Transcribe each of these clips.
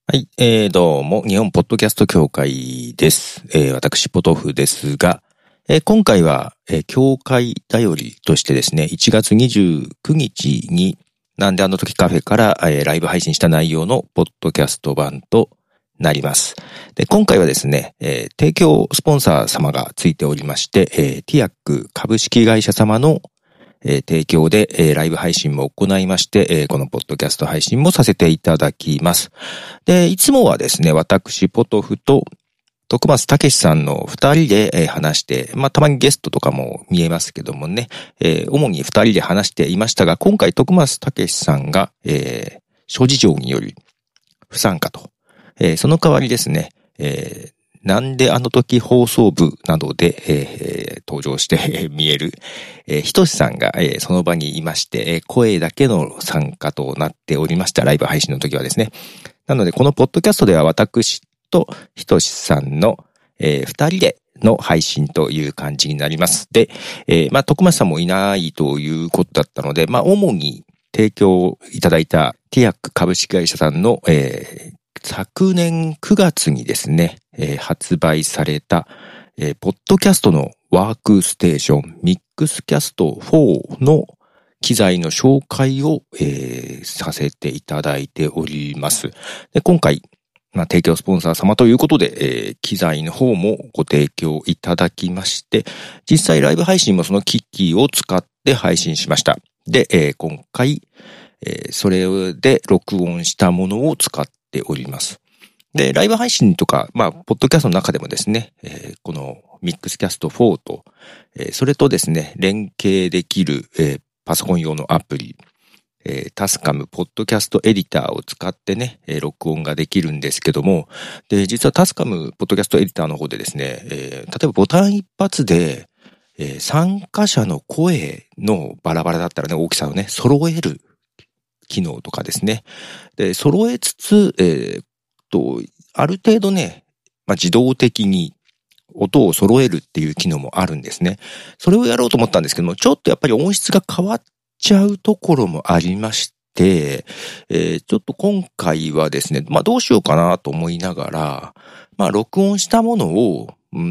はい、どうも、日本ポッドキャスト協会です。私、ポトフですが、今回は、協会だよりとしてですね、1月29日に、なんであの時カフェから、ライブ配信した内容のポッドキャスト版となります。で、今回はですね、提供スポンサー様がついておりまして、ティアック株式会社様の提供で、ライブ配信も行いまして、このポッドキャスト配信もさせていただきます。で、いつもはですね、私、ポトフと徳松たけしさんの二人で話して、たまにゲストとかも見えますけどもね、主に二人で話していましたが、今回徳松たけしさんが、諸事情により不参加と。その代わりですね、なんであの時放送部などで、登場して見える、ひとしさんが、その場にいまして、声だけの参加となっておりました。ライブ配信の時はですね。なので、このポッドキャストでは私とひとしさんの、二人での配信という感じになります。で、徳松さんもいないということだったので、主に提供いただいたティアック株式会社さんの、昨年9月にですね、発売された、ポッドキャストのワークステーションミックスキャスト4の機材の紹介を、させていただいております。で、今回、提供スポンサー様ということで、機材の方もご提供いただきまして、実際ライブ配信もその機器を使って配信しました。で、今回、それで録音したものを使っております。で、ライブ配信とか、ポッドキャストの中でもですね、このミックスキャスト4と、それとですね、連携できる、パソコン用のアプリ、タスカムポッドキャストエディターを使ってね、録音ができるんですけども、で、実はタスカムポッドキャストエディターの方でですね、例えばボタン一発で、参加者の声のバラバラだったらね、大きさをね、揃える機能とかですね。で、揃えつつ、ある程度ね、自動的に音を揃えるっていう機能もあるんですね。それをやろうと思ったんですけども、ちょっとやっぱり音質が変わっちゃうところもありまして、ちょっと今回はですね、どうしようかなと思いながら、録音したものを、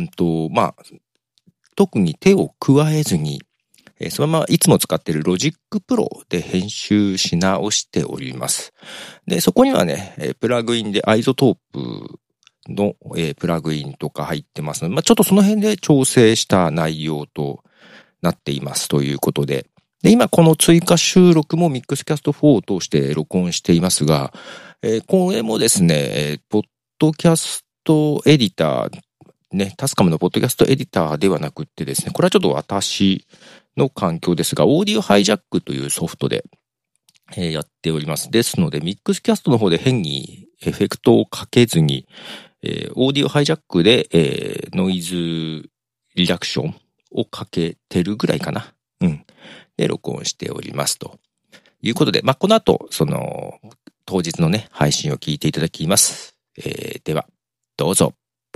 特に手を加えずに、そのままいつも使っているロジックプロで編集し直しております。で、そこにはね、プラグインでアイゾトープの、プラグインとか入ってますので、ちょっとその辺で調整した内容となっていますということで。で、今この追加収録もミックスキャスト4を通して録音していますが、これもですね、ポッドキャストエディター、ね、タスカムのポッドキャストエディターではなくってですね、これはちょっと私の環境ですが、オーディオハイジャックというソフトで、やっております。ですので、ミックスキャストの方で変にエフェクトをかけずに、オーディオハイジャックで、ノイズリダクションをかけてるぐらいかな。で、録音しておりますということで、この後、当日のね、配信を聞いていただきます。では、どうぞ。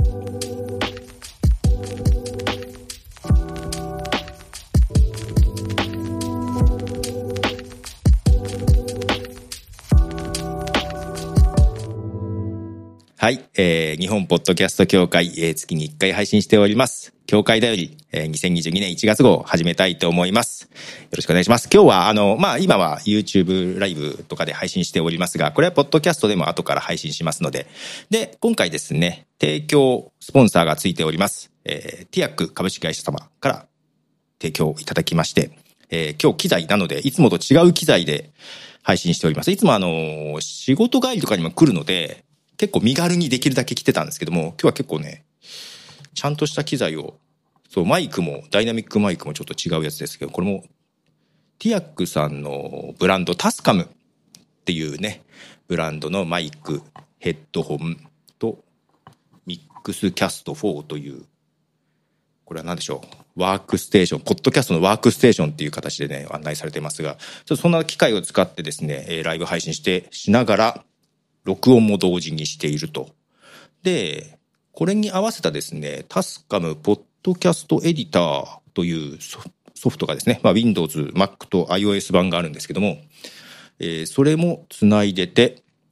はい、日本ポッドキャスト協会、月に1回配信しております。協会だより、2022年1月号を始めたいと思います。よろしくお願いします。今日は、今は YouTube ライブとかで配信しておりますが、これはポッドキャストでも後から配信しますので、で、今回ですね、提供スポンサーがついております。ティアック株式会社様から提供いただきまして、今日機材なので、いつもと違う機材で配信しております。いつも仕事帰りとかにも来るので、結構身軽にできるだけ来てたんですけども、今日は結構ね、ちゃんとした機材を、マイクも、ダイナミックマイクもちょっと違うやつですけど、これも、ティアックさんのブランド、タスカムっていうね、ブランドのマイク、ヘッドホンと、ミックスキャスト4という、これは何でしょう、ワークステーション、ポッドキャストのワークステーションっていう形でね、案内されてますが、ちょっとそんな機械を使ってですね、ライブ配信しながら、録音も同時にしていると。で、これに合わせたですね、タスカムポッドキャストエディターというソフトがですね、Windows、Mac と iOS 版があるんですけども、それもつないでて、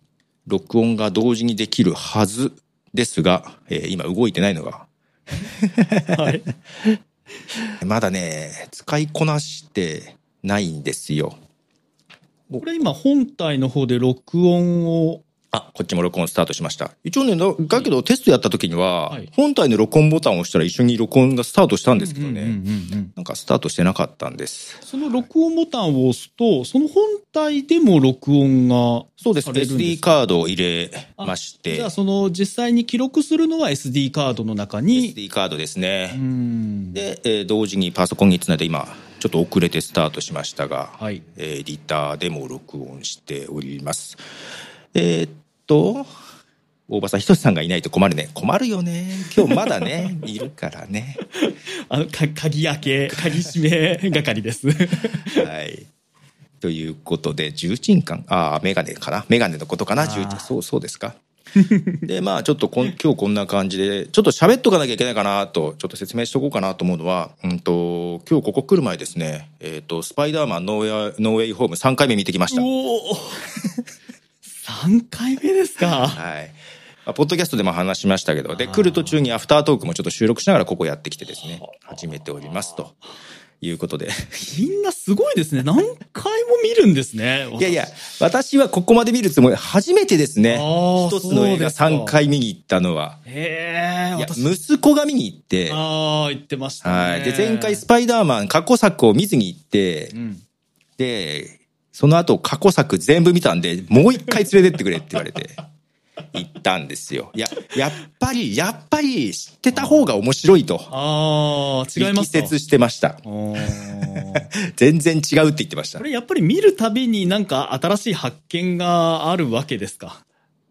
録音が同時にできるはずですが、今動いてないのが、 はい。 まだね、使いこなしてないんですよ。 これ今本体の方で録音を。 あ、こっちも録音スタートしました。一応ね、だけどテストやった時には、 はい、 本体の録音ボタンを押したら一緒に録音がスタートしたんですけどね、なんかスタートしてなかったんです。 その録音ボタンを押すと、その本体でも録音がそうです。SD カードを入れまして。 じゃあその実際に記録するのは SD カードの中に。 SD カードですね。で、同時にパソコンにつないで今、ちょっと遅れてスタートしましたが、 はい、 エディターでも録音しております。大場さん、ひとしさんがいないと困るね。困るよね。今日まだね、いるからね。 鍵開け、鍵閉め係です。 はい。ということで、重鎮感。メガネかな。メガネのことかな。そうですか。で、まあ、ちょっと今日こんな感じで、ちょっと喋っとかなきゃいけないかなと、ちょっと説明しとこうかなと思うのは、今日ここ来る前ですね、スパイダーマンノーウェイホーム3回目見てきました。 3回目ですか。 はい。ポッドキャストでも話しましたけど、で、来る途中にアフタートークもちょっと収録しながらここやってきてですね、始めておりますということで。 みんなすごいですね。何回も見るんですね。 いや、私はここまで見るつもり、初めてですね。一つの映画3回見に行ったのは。息子が見に行って。 言ってましたね。 はい。で、前回スパイダーマン過去作を見ずに行って、で、その後過去作全部見たんで、もう一回連れてってくれって言われて。行ったんですよ。やっぱり知ってた方が面白いと。 違いますと。 力説してました。全然違うって言ってました。 これやっぱり見るたびになんか新しい発見があるわけですか？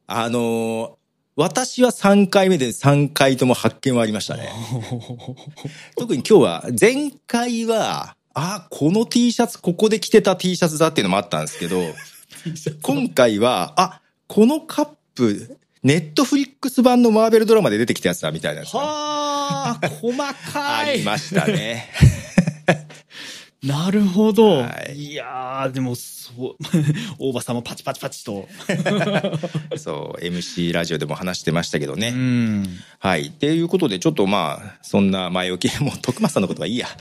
私は3回目で3回とも発見はありましたね。特に今日は、前回は、この T シャツ、ここで着てた T シャツだっていうのもあったんですけど、今回は、このカップ、ネットフリックス版のマーベルドラマで出てきたやつだみたいなやつ、ね。 細かい。 ありましたね。 なるほど。 いやー、でも大場さんもパチパチパチと。 そう、MC ラジオでも話してましたけどね。はい。っていうことで、ちょっとそんな前置き、もう徳松さんのことはいいや。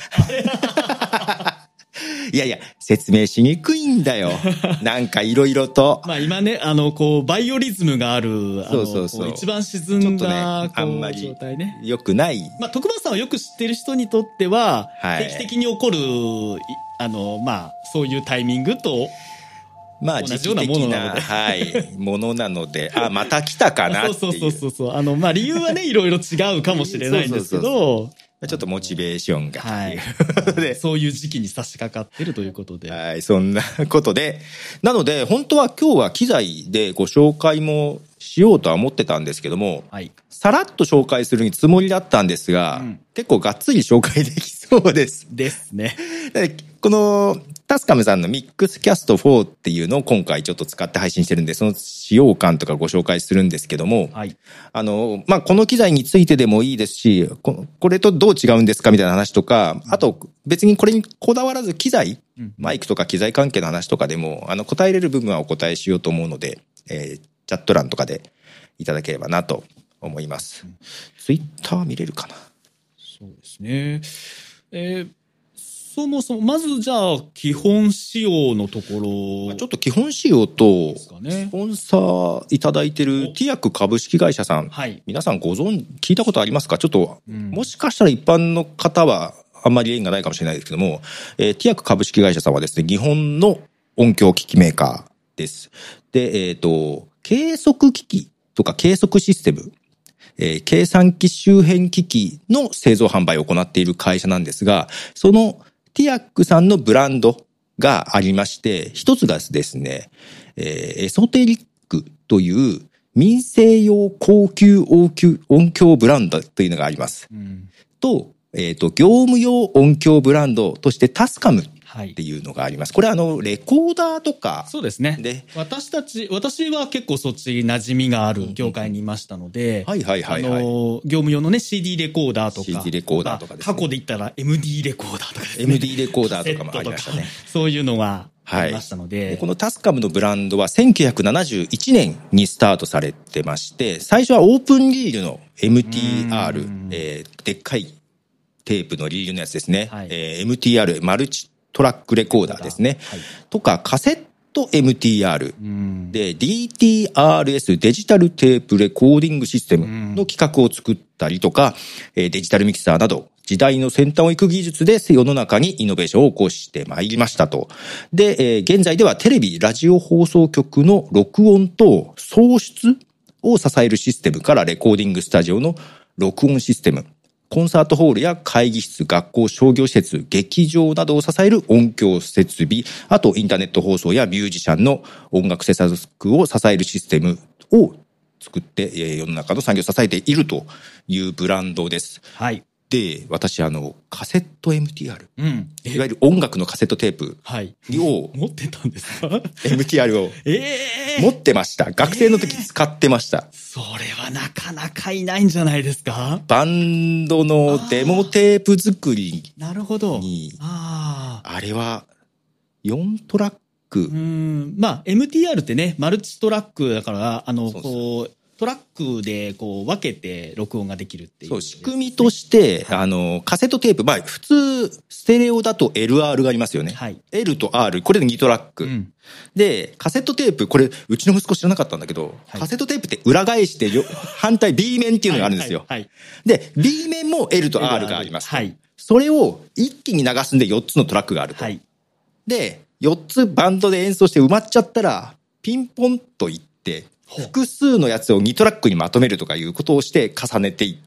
いや、説明しにくいんだよ。なんかいろいろと。 今ね、バイオリズムがある、 そう一番沈んだ、 あんまり状態ね。 良くない。 徳松さんをよく知ってる人にとっては、定期的に起こる、そういうタイミングと、同じようなものなので。 ものなので、また来たかなっていう。 そう。理由はね、いろいろ違うかもしれないんですけど、 ちょっとモチベーションがそういう時期に差し掛かってるということで。 はい、そんなことで。なので、本当は今日は機材でご紹介もしようとは思ってたんですけども、さらっと紹介するつもりだったんですが、結構がっつり紹介できそうです。 ですね。 この、タスカムさんのミックスキャスト4っていうのを今回ちょっと使って配信してるんで、その使用感とかご紹介するんですけども、この機材についてでもいいですし、これとどう違うんですかみたいな話とか、あと別にこれにこだわらず機材、マイクとか機材関係の話とかでも、答えれる部分はお答えしようと思うので、チャット欄とかでいただければなと思います。ツイッター見れるかな？ そうですね。そもそも、まずじゃあ、基本仕様のところ。 ちょっと基本仕様と、スポンサーいただいてるティアク株式会社さん。皆さん聞いたことありますか？ちょっと、もしかしたら一般の方はあんまり縁がないかもしれないですけども、ティアク株式会社さんはですね、日本の音響機器メーカーです。で、計測機器とか計測システム、計算機周辺機器の製造販売を行っている会社なんですが、そのティアックさんのブランドがありまして、一つがですね、エソテリックという民生用高級音響ブランドというのがあります。と、業務用音響ブランドとしてタスカムっていうのがあります。これレコーダーとか。 そうですね。で、私は結構そっち馴染みがある業界にいましたので、業務用のね、CD レコーダーとか。 CD レコーダーとかですね。 過去で言ったら MD レコーダーとかですね。 MD レコーダーとかもありましたね。 そういうのがありましたので。 でこのタスカムのブランドは1971年にスタートされてまして、最初はオープンリールの MTR、でっかいテープのリールのやつですね。MTR、マルチトラックレコーダーですね。とか、カセット MTR、で、DTRS、デジタルテープレコーディングシステムの企画を作ったりとか、デジタルミキサーなど、時代の先端を行く技術で世の中にイノベーションを起こしてまいりましたと。で、現在ではテレビ、ラジオ放送局の録音と送出を支えるシステムからレコーディングスタジオの録音システム、コンサートホールや会議室、学校、商業施設、劇場などを支える音響設備、あとインターネット放送やミュージシャンの音楽制作を支えるシステムを作って世の中の産業を支えているというブランドです。 はい。 で、私カセット MTR、いわゆる音楽のカセットテープを、 持ってたんですか？ MTR を持ってました。学生の時使ってました。 それはなかなかいないんじゃないですか？ バンドのデモテープ作りに、 なるほど。 あれは4トラック。 まあ MTR ってね、マルチトラックだから、こう、トラックでこう分けて録音ができるっていう、ね。そう、 仕組みとして、カセットテープ、まあ普通、ステレオだと LR がありますよね。はい。L と R、これで2トラック。で、カセットテープ、これ、うちの息子知らなかったんだけど、カセットテープって裏返して反対 B 面っていうのがあるんですよ。で、B 面も L と R があります。それを一気に流すんで4つのトラックがあると。で、4つバンドで演奏して埋まっちゃったら、ピンポンといって、複数のやつを2トラックにまとめるとかいうことをして重ねていって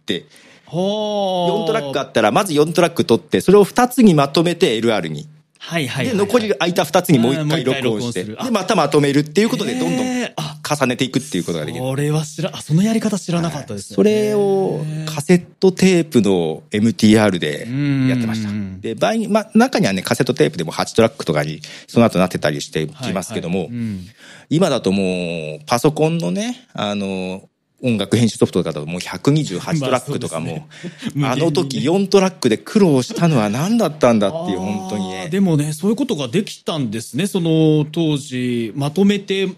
、4トラックあったら、まず4トラック取って、それを2つにまとめて LR に。で、残り空いた2つにもう1回録音して、で、またまとめるっていうことで、どんどん重ねていくっていうことができる。 これはそのやり方知らなかったですね。 それをカセットテープの MTR でやってました。で、中にはね、カセットテープでも8トラックとかにその後なってたりしてきますけども、今だともうパソコンのね、音楽編集ソフトだともう128トラックとかも、あの時4トラックで苦労したのは何だったんだっていう、本当にね。 でもね、そういうことができたんですね。その当時、まとめてって、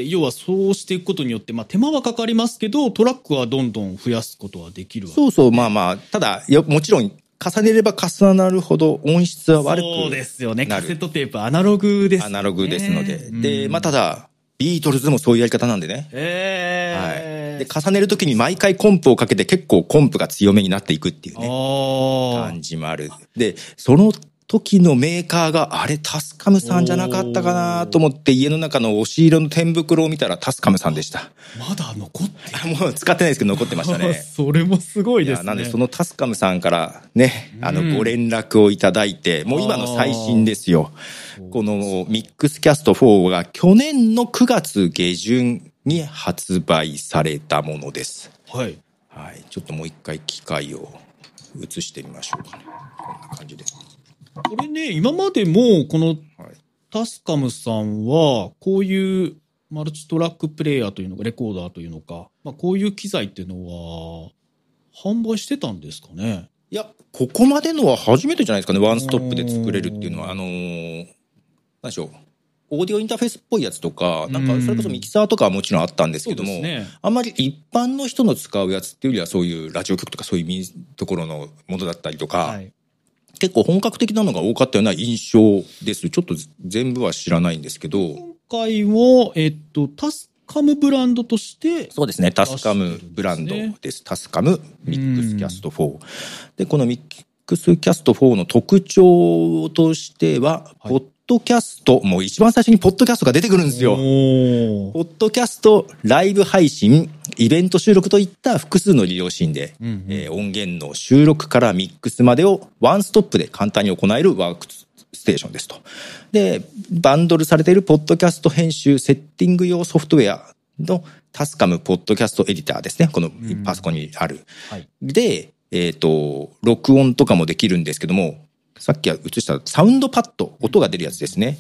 要はそうしていくことによって、まあ手間はかかりますけど、トラックはどんどん増やすことはできるわけですね。 そう、まあ、ただ、もちろん、重ねれば重なるほど音質は悪くなる。 そうですよね。カセットテープアナログですね。 アナログですので。で、まあただ、ビートルズもそういうやり方なんでね。で、重ねるときに毎回コンプをかけて結構コンプが強めになっていくっていうね。感じもある。で、その時のメーカーが、あれ、タスカムさんじゃなかったかなと思って家の中の押し入れの天袋を見たらタスカムさんでした。 まだ残ってる？ もう使ってないですけど残ってましたね。 それもすごいですね。 なんでそのタスカムさんからね、ご連絡をいただいて、もう今の最新ですよ。このミックスキャスト4が去年の9月下旬に発売されたものです。はい。ちょっともう一回機械を映してみましょうかね。こんな感じで。 これね、今までもこのタスカムさんはこういうマルチトラックプレイヤーというのかレコーダーというのか、まあ、こういう機材っていうのは販売してたんですかね？ いや、ここまでのは初めてじゃないですかね。ワンストップで作れるっていうのは。何でしょう。オーディオインターフェースっぽいやつとか、なんかそれこそミキサーとかはもちろんあったんですけども、あんまり一般の人の使うやつっていうよりはそういうラジオ局とかそういうところのものだったりとか、結構本格的なのが多かったような印象です。ちょっと全部は知らないんですけど。 今回は、タスカムブランドとして。 そうですね。タスカムブランドです。タスカムミックスキャスト4。で、このミックスキャスト4の特徴としては、ポッドキャスト、もう一番最初にポッドキャストが出てくるんですよ。ポッドキャスト、ライブ配信、イベント収録といった複数の利用シーンで、音源の収録からミックスまでをワンストップで簡単に行えるワークステーションですと。で、バンドルされているポッドキャスト編集、セッティング用ソフトウェアのタスカムポッドキャストエディターですね。このパソコンにある。で、録音とかもできるんですけども、さっき映したサウンドパッド、音が出るやつですね。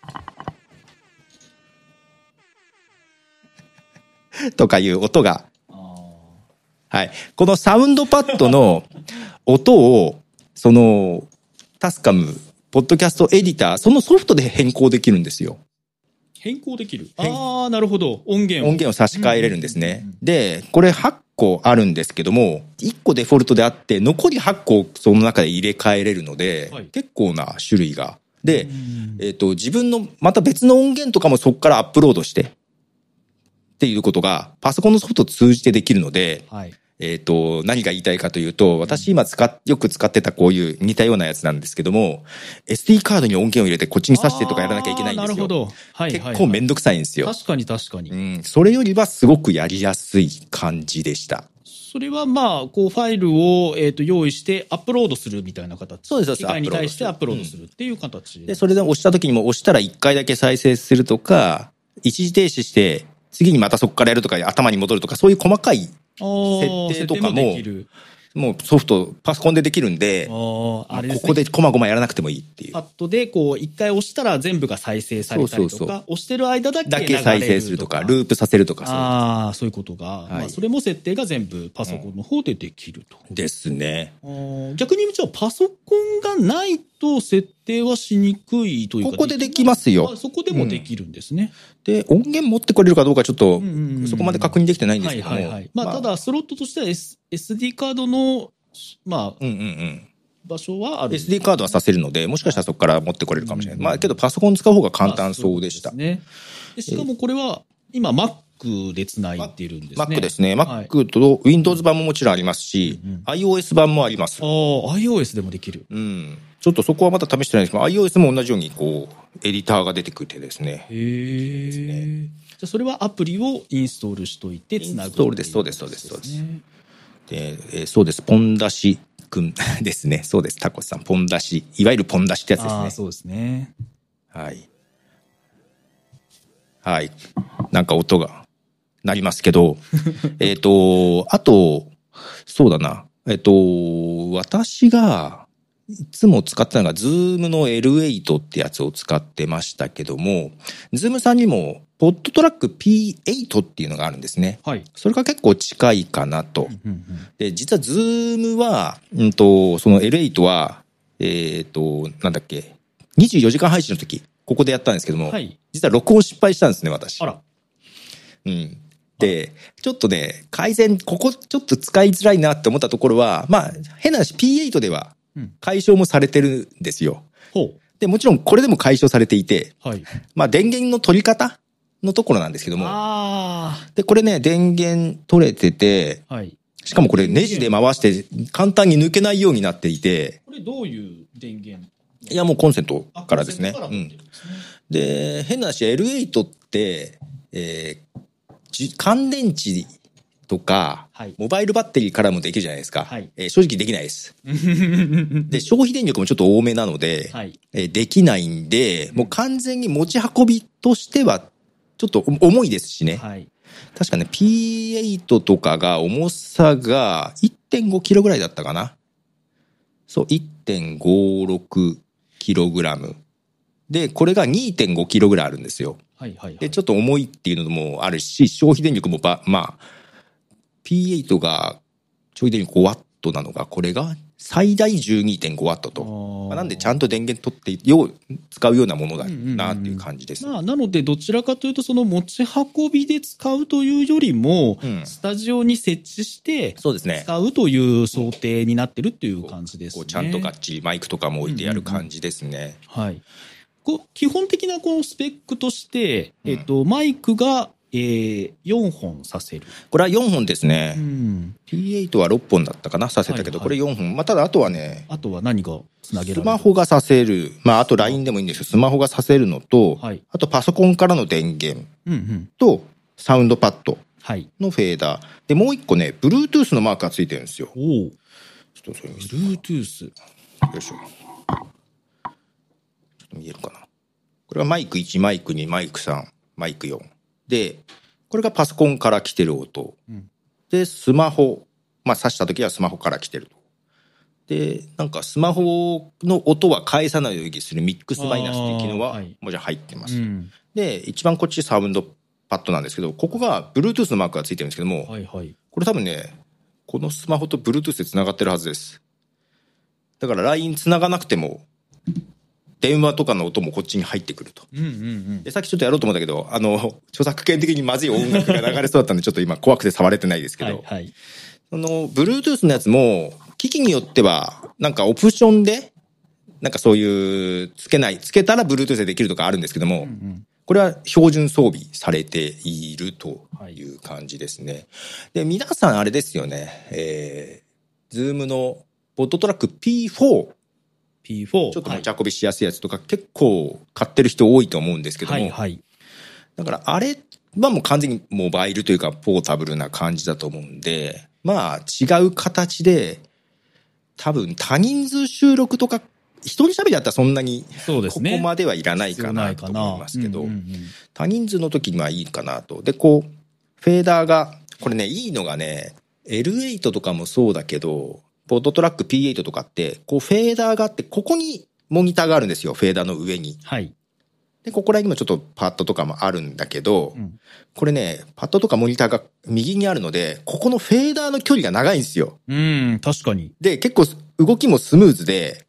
とかいう音が。はい。このサウンドパッドの音を、タスカムポッドキャストエディター、そのソフトで変更できるんですよ。 変更できる。ああ、なるほど。音源を差し替えれるんですね。で、これ8個あるんですけども、1個デフォルトであって、残り8個その中で入れ替えれるので、はい、結構な種類が。で、自分のまた別の音源とかもそこからアップロードして、っていうことがパソコンのソフトを通じてできるので、はい、何が言いたいかというと、私今よく使ってたこういう似たようなやつなんですけども、SD カードに音源を入れてこっちに挿してとかやらなきゃいけないんですよ。なるほど。はい。結構めんどくさいんですよ。 確かに確かに。 うん。それよりはすごくやりやすい感じでした。 それはまあ、こうファイルを用意してアップロードするみたいな形。 そうです、 機械に対してアップロードするっていう形。 で、それで押した時にも押したら1回だけ再生するとか、一時停止して、次にまたそこからやるとか、頭に戻るとか、そういう細かい設定とかも、もうソフト、パソコンでできるんで、ここでこまごまやらなくてもいいっていう。 パッドでこう、一回押したら全部が再生されたりとか、押してる間だけ再生するとか、ループさせるとか。 ああ、そういうことが。はい、まあ、それも設定が全部パソコンの方でできると。 ですね。 逆に言うと、パソコンがないと設定はしにくいというか。 ここでできますよ。 そこでもできるんですね。 で、音源持ってこれるかどうかちょっと、そこまで確認できてないんですけども。 まあ、ただ、スロットとしては、SD カードの、まあ、場所はある。 SD カードはさせるので、もしかしたらそこから持ってこれるかもしれない。まあ、けどパソコン使う方が簡単そうでした。 そうですね。でしかもこれは、今 Mac で繋いでるんですね。 Mac ですね。Mac と Windows 版ももちろんありますし、iOS 版もあります。 iOS でもできる。 うん。ちょっとそこはまだ試してないんですけど、iOS も同じようにこう、エディターが出てくてですね。 じゃあそれはアプリをインストールしといて繋ぐ。 そうです。で、そうです。ポン出しくんですね。そうです。タコスさん。ポン出し。いわゆるポン出しってやつですね。 そうですね。 はい。はい。なんか音が鳴りますけど、あと、そうだな。私がいつも使ってたのが、ズームの L8 ってやつを使ってましたけども、ズームさんにも、ポッドトラック P8 っていうのがあるんですね。はい。それが結構近いかなと。で、実はズームは、その L8 は、なんだっけ、24時間配信の時、ここでやったんですけども、はい、実は録音失敗したんですね、私。 あら。 うん。で、ちょっとね、改善、ここちょっと使いづらいなって思ったところは、まあ、変な話 P8 では解消もされてるんですよ。で、もちろんこれでも解消されていて、はい、まあ電源の取り方のところなんですけども、で、これね、電源取れてて、はい、しかもこれネジで回して簡単に抜けないようになっていて、 これどういう電源？ いや、もうコンセントからですね。で、変な話、L8 って、乾電池とか、はい、モバイルバッテリーからもできるじゃないですか。はい、正直できないです。で、消費電力もちょっと多めなので、はい、できないんで、もう完全に持ち運びとしては、ちょっと重いですしね。はい、確かね、P8 とかが重さが 1.5 キロぐらいだったかな。そう、1.56 キログラム。で、これが 2.5 キロぐらいあるんですよ。で、ちょっと重いっていうのもあるし、消費電力もまあ、P8 が消費電力5ワットなのが、これが最大 12.5 ワットと。なんでちゃんと電源取って使うようなものだなっていう感じです。 まあ、なのでどちらかというとその持ち運びで使うというよりも、スタジオに設置して使うという想定になってるっていう感じですね。 ちゃんとがっちりマイクとかも置いてやる感じですね。 はい。基本的なこのスペックとして、マイクが、4本させる。 これは4本ですね。P8 は6本だったかな、させたけど、これ4本。まあ、ただあとはね。 あとは何がつなげられる？ スマホがさせる。まあ、あと LINE でもいいんですけど、スマホがさせるのと、あとパソコンからの電源と、サウンドパッドのフェーダー。で、もう一個ね、Bluetooth のマークがついてるんですよ。 ちょっとそれ見せて。Bluetooth。よいしょ。 見えるかな。これはマイク1、マイク2、マイク3、マイク4。で、これがパソコンから来てる音。で、スマホ。まあ、挿した時はスマホから来てると。で、なんかスマホの音は返さないようにするミックスマイナスっていう機能は、もちろん入ってます。で、一番こっちサウンドパッドなんですけど、ここが Bluetooth のマークがついてるんですけども、これ多分ね、このスマホと Bluetooth で繋がってるはずです。だから LINE 繋がなくても、 電話とかの音もこっちに入ってくると。で、さっきちょっとやろうと思ったけど、著作権的にまずい音楽が流れそうだったんで、ちょっと今怖くて触れてないですけど、 はい。 Bluetooth のやつも、機器によっては、なんかオプションで、なんかそういう、つけたら Bluetooth でできるとかあるんですけども、これは標準装備されているという感じですね。で、皆さんあれですよね、Zoom のポッドトラック P4。ちょっと持ち運びしやすいやつとか、結構買ってる人多いと思うんですけども、だからあれはもう完全にモバイルというかポータブルな感じだと思うんで、まあ違う形で、多分多人数収録とか、一人喋りだったらそんなにここまではいらないかなと思いますけど、多人数の時にはいいかなと。で、こう、フェーダーが、これね、いいのがね、L8 とかもそうだけど、ポッドトラック P8 とかって、こうフェーダーがあって、ここにモニターがあるんですよ、フェーダーの上に。で、ここら辺にもちょっとパッドとかもあるんだけど、これね、パッドとかモニターが右にあるので、ここのフェーダーの距離が長いんですよ。 確かに。 で、結構動きもスムーズで、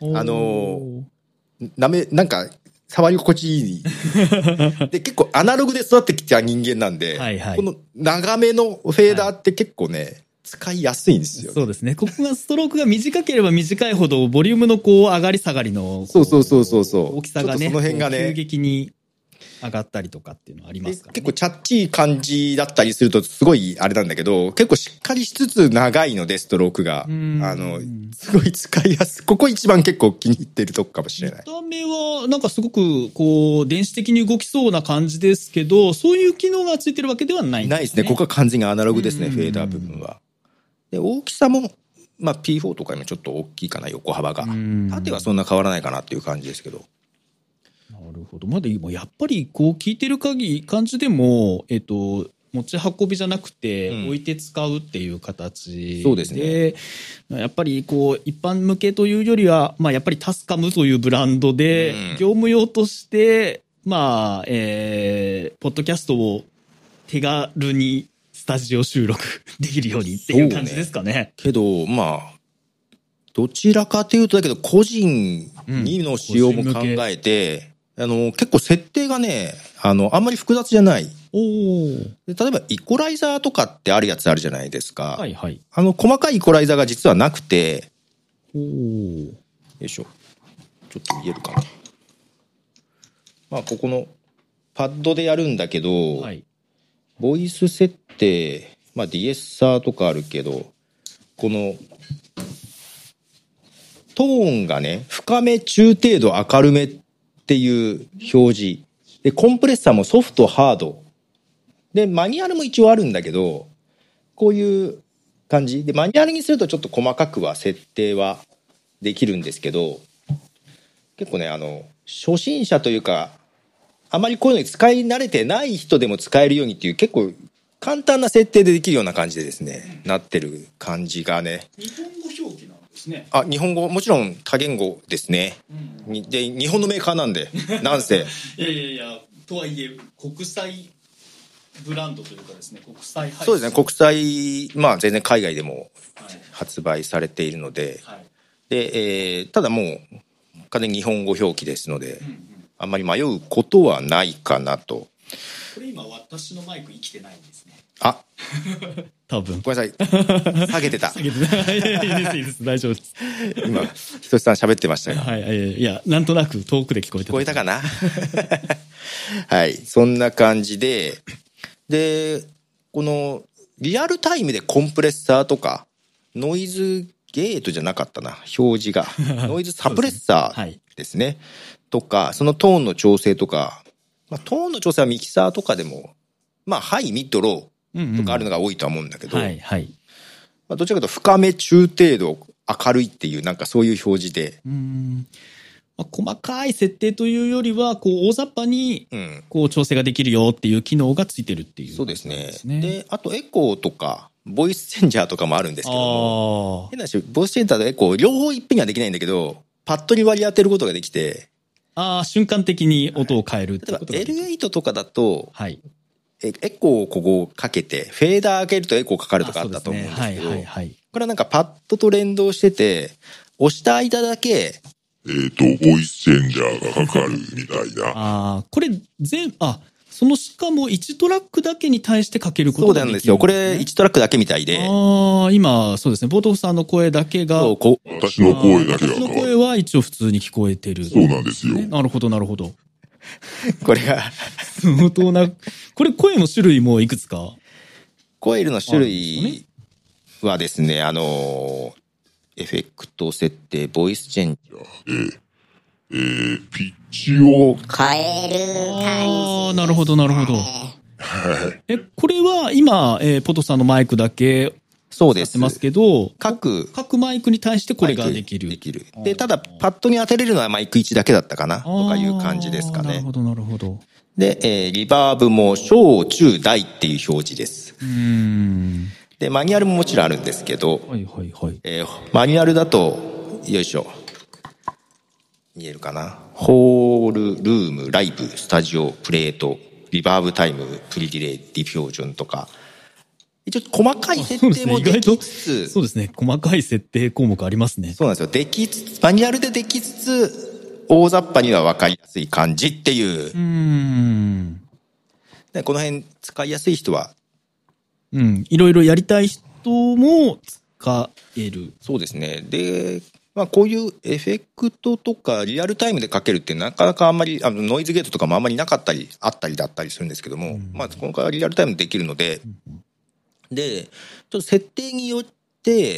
なんか、触り心地いい。で、結構アナログで育ってきた人間なんで、この長めのフェーダーって結構ね、使いやすいんですよ、ね。 そうですね。ここがストロークが短ければ短いほど、ボリュームのこう上がり下がりのそう。 大きさがね、 その辺がね、 急激に上がったりとかっていうのはありますからね。 結構チャッチー感じだったりするとすごいあれなんだけど、結構しっかりしつつ長いので、ストロークが。すごい使いやすい。ここ一番結構気に入ってるとこかもしれない。 見た目はなんかすごくこう、電子的に動きそうな感じですけど、そういう機能がついてるわけではないんですね。 ないですね。ここは完全にアナログですね、フェーダー部分は。で、大きさも、まあ P4 とかよりもちょっと大きいかな、横幅が。縦はそんな変わらないかなっていう感じですけど。 なるほど。まだやっぱりこう聞いてる感じでも、持ち運びじゃなくて置いて使うっていう形で、 そうですね。 やっぱりこう一般向けというよりは、まあやっぱりタスカムというブランドで、業務用として、まあ、ポッドキャストを手軽にスタジオ収録できるようにっていう感じですかね。 けど、まあ、どちらかというとだけど、個人にの使用も考えて、結構設定がね、あんまり複雑じゃない。で例えば、イコライザーとかってあるやつあるじゃないですか。細かいイコライザーが実はなくて、よいしょ。ちょっと見えるかな。まあ、ここのパッドでやるんだけど、ボイス設定、まあ、ディエッサーとかあるけど、この、トーンがね、深め、中程度、明るめっていう表示。で、コンプレッサーもソフト、ハード。で、マニュアルも一応あるんだけど、こういう感じ。で、マニュアルにするとちょっと細かくは設定はできるんですけど、結構ね、初心者というか、あまりこういうのに使い慣れてない人でも使えるようにっていう結構簡単な設定でできるような感じでですね、なってる感じがね。 日本語表記なんですね。 日本語、もちろん多言語ですね。で、日本のメーカーなんで、なんせ。 いや、とはいえ、国際ブランドというかですね、国際配信。 そうですね、国際、まあ全然海外でも発売されているので、で、ただもう、完全に日本語表記ですので、あんまり迷うことはないかなと。 これ今私のマイク生きてないんですね。 多分。ごめんなさい。下げてた。 いいです、大丈夫です。 今、ひとしさん喋ってましたよ。 いや、なんとなく遠くで聞こえてた。 聞こえたかなはい、そんな感じで、で、この、リアルタイムでコンプレッサーとか、ノイズゲートじゃなかったな、表示が。ノイズサプレッサーですね。とか、そのトーンの調整とか、まあ、トーンの調整はミキサーとかでも、まあ、ハイ、ミッド、ローとかあるのが多いとは思うんだけど、まあ、どちらかというと深め、中程度、明るいっていう、なんかそういう表示で。 まあ、細かい設定というよりは、こう、大雑把に、こう、調整ができるよっていう機能がついてるっていう、 そうですね。で、あとエコーとか、ボイスチェンジャーとかもあるんですけども、変な話、ボイスチェンジャーとエコー、両方いっぺんにはできないんだけど、パッドに割り当てることができて、 瞬間的に音を変えるってことができる。 例えば L8 とかだと、エコーをここかけて、フェーダー開けるとエコーかかるとかあったと思うんですけど、これはなんかパッドと連動してて、押した間だけ、 ボイスチェンジャーがかかるみたいな。 これしかも1トラックだけに対してかけることができる、 そうなんですよ。これ1トラックだけみたいで。 今、そうですね。ポトフさんの声だけが。 私の声だけが。 私の声は一応普通に聞こえてる。 そうなんですよ。 なるほど、なるほど。 これが相当な、これ声の種類もいくつかコイルの種類はですね、エフェクト設定、ボイスチェンジャー。ピッチを変える感じ。 なるほど、なるほど。これは今、ポトさんのマイクだけそうです。 使ってますけど、 各マイクに対してこれができる。 で、ただ、パッドに当てれるのはマイク1だけだったかな、とかいう感じですかね。 なるほど、なるほど。 で、リバーブも小、中、大っていう表示です。で、マニュアルももちろんあるんですけど、 はいはいはい。 マニュアルだと、よいしょ。見えるかな。ホール、ルーム、ライブ、スタジオ、プレート、リバーブタイム、プリディレイ、ディフュージョンとか、一応細かい設定もできつつ、 そうですね。細かい設定項目ありますね。 そうなんですよ。できつつ、マニュアルでできつつ、大雑把には分かりやすい感じっていう。でこの辺使いやすい人は、 いろいろやりたい人も使える。 そうですね。で、こういうエフェクトとかリアルタイムでかけるってなかなかあんまり、ノイズゲートとかもあんまりなかったり、あったりだったりするんですけども、今回はリアルタイムでできるので、で、ちょっと設定によって、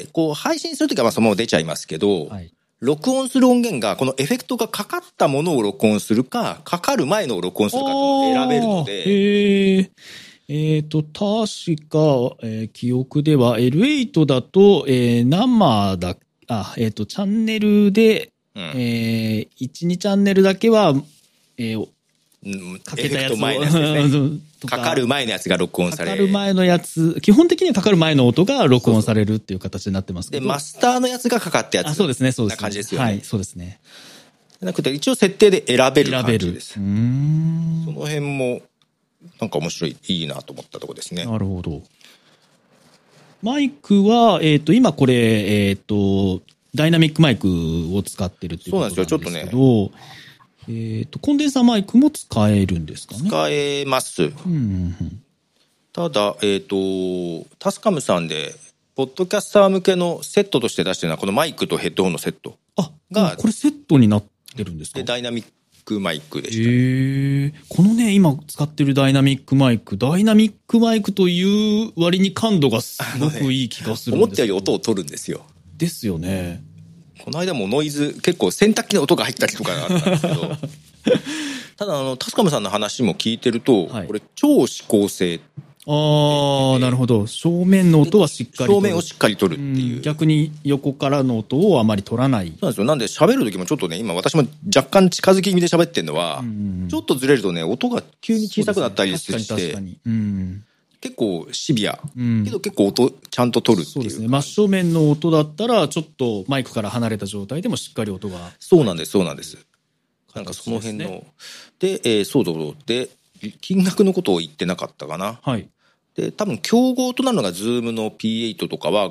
配信するときはそのまま出ちゃいますけど、録音する音源が、このエフェクトがかかったものを録音するか、かかる前のを録音するかと選べるので。 確か、記憶では L8 だと、生だ、チャンネルで、1、2チャンネルだけは、かけたやつをかかる前のやつが録音される。 かかる前のやつ、基本的にはかかる前の音が録音されるっていう形になってますけど。 で、マスターのやつがかかったやつ。 そうですね、そうですね。 な感じですよね。 はい、そうですね。 なくて、一応設定で選べる感じです。その辺も、なんか面白い、いいなと思ったところですね。 なるほど。マイクは、今これ、ダイナミックマイクを使ってるっていうことなんですけど、そうなんですよ、ちょっとね。コンデンサーマイクも使えるんですかね。 使えます。ただ、タスカムさんで、ポッドキャスター向けのセットとして出してるのは、このマイクとヘッドホンのセットが。 これセットになってるんですか？ で、ダイナミックマイクでした。 このね、今使ってるダイナミックマイクという割に感度がすごくいい気がするんです。 思ったより音を取るんですよ。 ですよね。 この間もノイズ、結構洗濯機の音が入ったりとかあったんですけど、ただタスカムさんの話も聞いてると、これ超指向性。 なるほど。正面の音はしっかり取る。 正面をしっかり取るっていう。 逆に横からの音をあまり取らない。 そうなんですよ。なんで喋る時もちょっとね、今私も若干近づき気味で喋ってるのは、ちょっとずれるとね、音が急に小さくなったりして、確かに結構シビア、けど結構音ちゃんと取るっていう。 そうですね。真正面の音だったら、ちょっとマイクから離れた状態でもしっかり音が。 そうなんです、そうなんです。なんかその辺の。で、そう。で、金額のことを言ってなかったかな。 はい。 で、多分競合となるのが Zoom の P8 とかは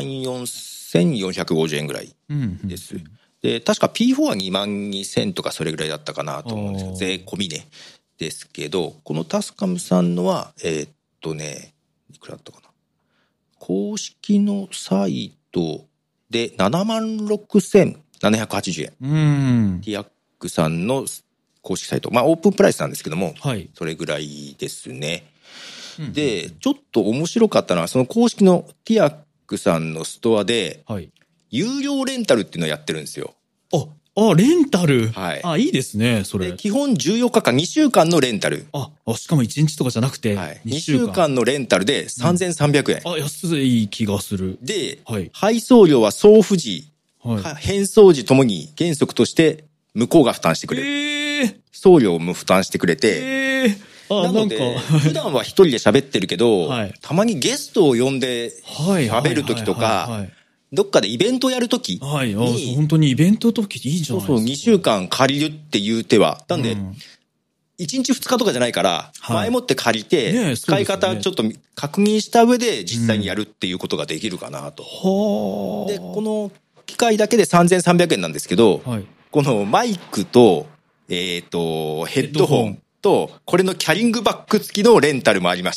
54,450円ぐらいです。で、確か P4 は22,000とかそれぐらいだったかなと思うんですけど、税込みね。ですけど、このタスカムさんのは、いくらだったかな。公式のサイトで76,780円。ティアックさんの公式サイト。オープンプライスなんですけども、それぐらいですね。で、ちょっと面白かったのは、その公式のティアックさんのストアで、有料レンタルっていうのをやってるんですよ。 レンタル。 はい。 いいですね、それ。 基本14日間、2週間のレンタル。 しかも1日とかじゃなくて、 2週間のレンタルで3,300円。 安い気がする。 で、配送料は送付時、返送時ともに原則として向こうが負担してくれる。送料も負担してくれて、なので、普段は一人で喋ってるけど、たまにゲストを呼んで喋るときとか、どっかでイベントやるときに、 本当にイベント時いいじゃないですか。 そう、2週間借りるっていう手は。なんで、1日2日とかじゃないから、前もって借りて、使い方ちょっと確認した上で実際にやるっていうことができるかなと。で、この機械だけで3,300円なんですけど、 このマイクと、ヘッドホンと、これのキャリングバッグ付きのレンタルもありまして、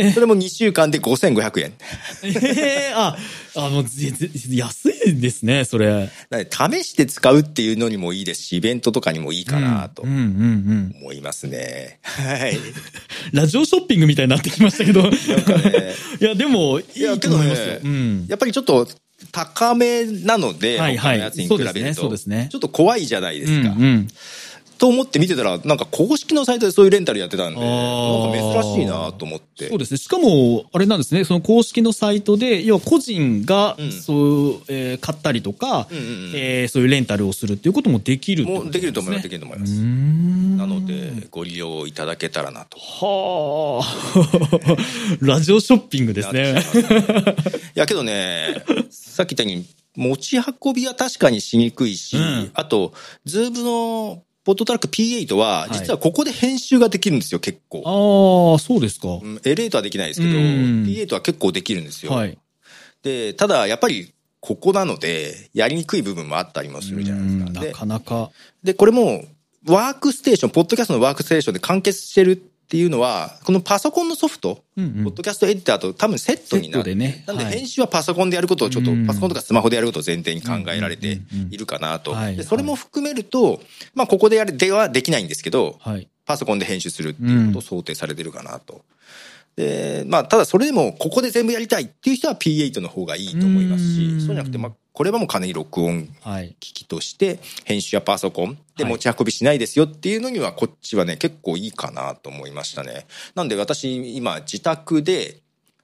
それも2週間で5500円。 もう安いですね、それ。 試して使うっていうのにもいいですし、イベントとかにもいいかなと思いますね。はい。 ラジオショッピングみたいになってきましたけど。なんかね、いや、でも、いいと思いますよ。 やっぱりちょっと高めなので、他のやつに比べると、ちょっと怖いじゃないですか。と思って見てたら、なんか公式のサイトでそういうレンタルやってたんで、なんか珍しいなと思って。 そうですね。しかも、あれなんですね、その公式のサイトで、要は個人が、そう、買ったりとか、そういうレンタルをするっていうこともできるってことですね。 できると思います、できると思います。なので、ご利用いただけたらなと。 はあ。ラジオショッピングですね。 いやけどね、さっき言ったように、持ち運びは確かにしにくいし、あと、ズームの、ポッドトラック P8 は、実はここで編集ができるんですよ、結構。 ああ、そうですか。 L8 はできないですけど、P8 は結構できるんですよ。はい。で、ただ、やっぱり、ここなので、やりにくい部分もあったりもするじゃないですか。 なかなか。 で、これも、ワークステーション、ポッドキャストのワークステーションで完結してるっていうのは、このパソコンのソフト、ポッドキャストエディターと多分セットになって、なんで編集はパソコンでやることをちょっと、パソコンとかスマホでやることを前提に考えられているかなと。でそれも含めると、まあここでやるではできないんですけど、パソコンで編集するっていうことを想定されてるかなと。で、まあただそれでもここで全部やりたいっていう人は P8 の方がいいと思いますし、そうじゃなくて、まあこれはもう完全に録音機器として、編集やパソコンで持ち運びしないですよっていうのには、こっちはね、結構いいかなと思いましたね。なんで私、今、自宅で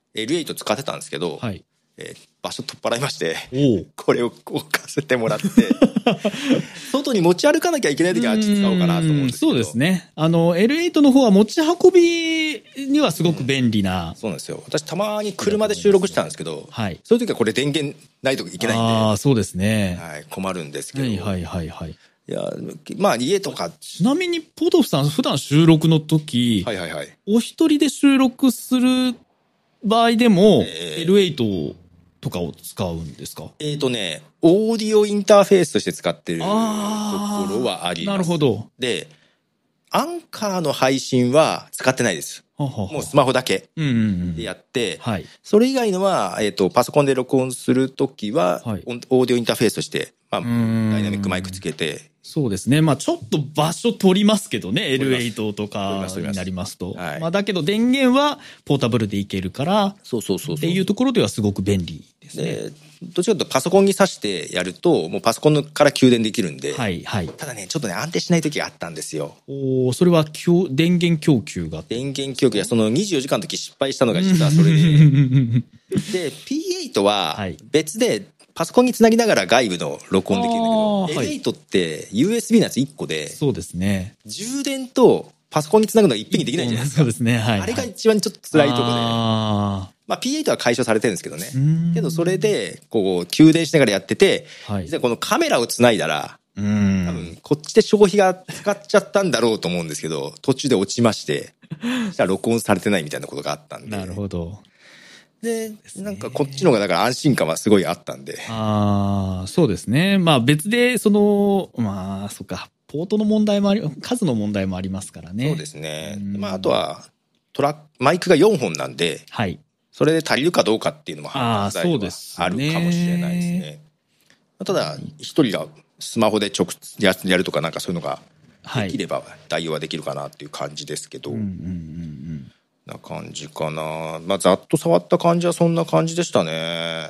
L8 使ってたんですけど、場所取っ払いまして、これを置かせてもらって、外に持ち歩かなきゃいけないときはあっち使おうかなと思うんですけど。 そうですね。L8 の方は持ち運びにはすごく便利な。 そうなんですよ。私たまに車で収録したんですけど、そういうときはこれ電源ないといけないんで。 ああ、そうですね。 はい、困るんですけど。 はい。 いや、まあ家とか。 ちなみに、ポトフさん、普段収録の時、お一人で収録する場合でも、L8 とかを使うんですか？ オーディオインターフェースとして使ってるところはあります。 なるほど。 で、アンカーの配信は使ってないです。もうスマホだけでやって、それ以外のは、パソコンで録音するときは、オーディオインターフェースとして、まあ、ダイナミックマイクつけて。 そうですね。まあ、ちょっと場所取りますけどね、L8 とかになりますと。まあ、だけど電源はポータブルでいけるから、っていうところではすごく便利ですね。 どちらかというとパソコンに挿してやると、もうパソコンから給電できるんで、ただね、ちょっとね、安定しない時があったんですよ。 それは電源供給が電源供給はその24時間の時失敗したのが実はそれで。で、P8 は別でパソコンにつなぎながら外部の録音できるんだけど、L8 って USB のやつ1個で、 そうですね。 充電とパソコンにつなぐのがいっぺんにできないじゃないですか。 そうですね。 あれが一番ちょっと辛いところで。まあ P8 は解消されてるんですけどね。けどそれで、こう、給電しながらやってて、実はこのカメラをつないだら、多分こっちで消費が使っちゃったんだろうと思うんですけど、途中で落ちまして、そしたら録音されてないみたいなことがあったんで。 なるほど。 で、なんかこっちの方がだから安心感はすごいあったんで。 そうですね。まあ別で、まあ、そっか、ポートの問題も数の問題もありますからね。 そうですね。まああとは、マイクが4本なんで、それで足りるかどうかっていうのも判断材料があるかもしれないですね。ただ、一人がスマホでやるとかなんかそういうのができれば代用はできるかなっていう感じですけど。な感じかな。まあ、ざっと触った感じはそんな感じでしたね。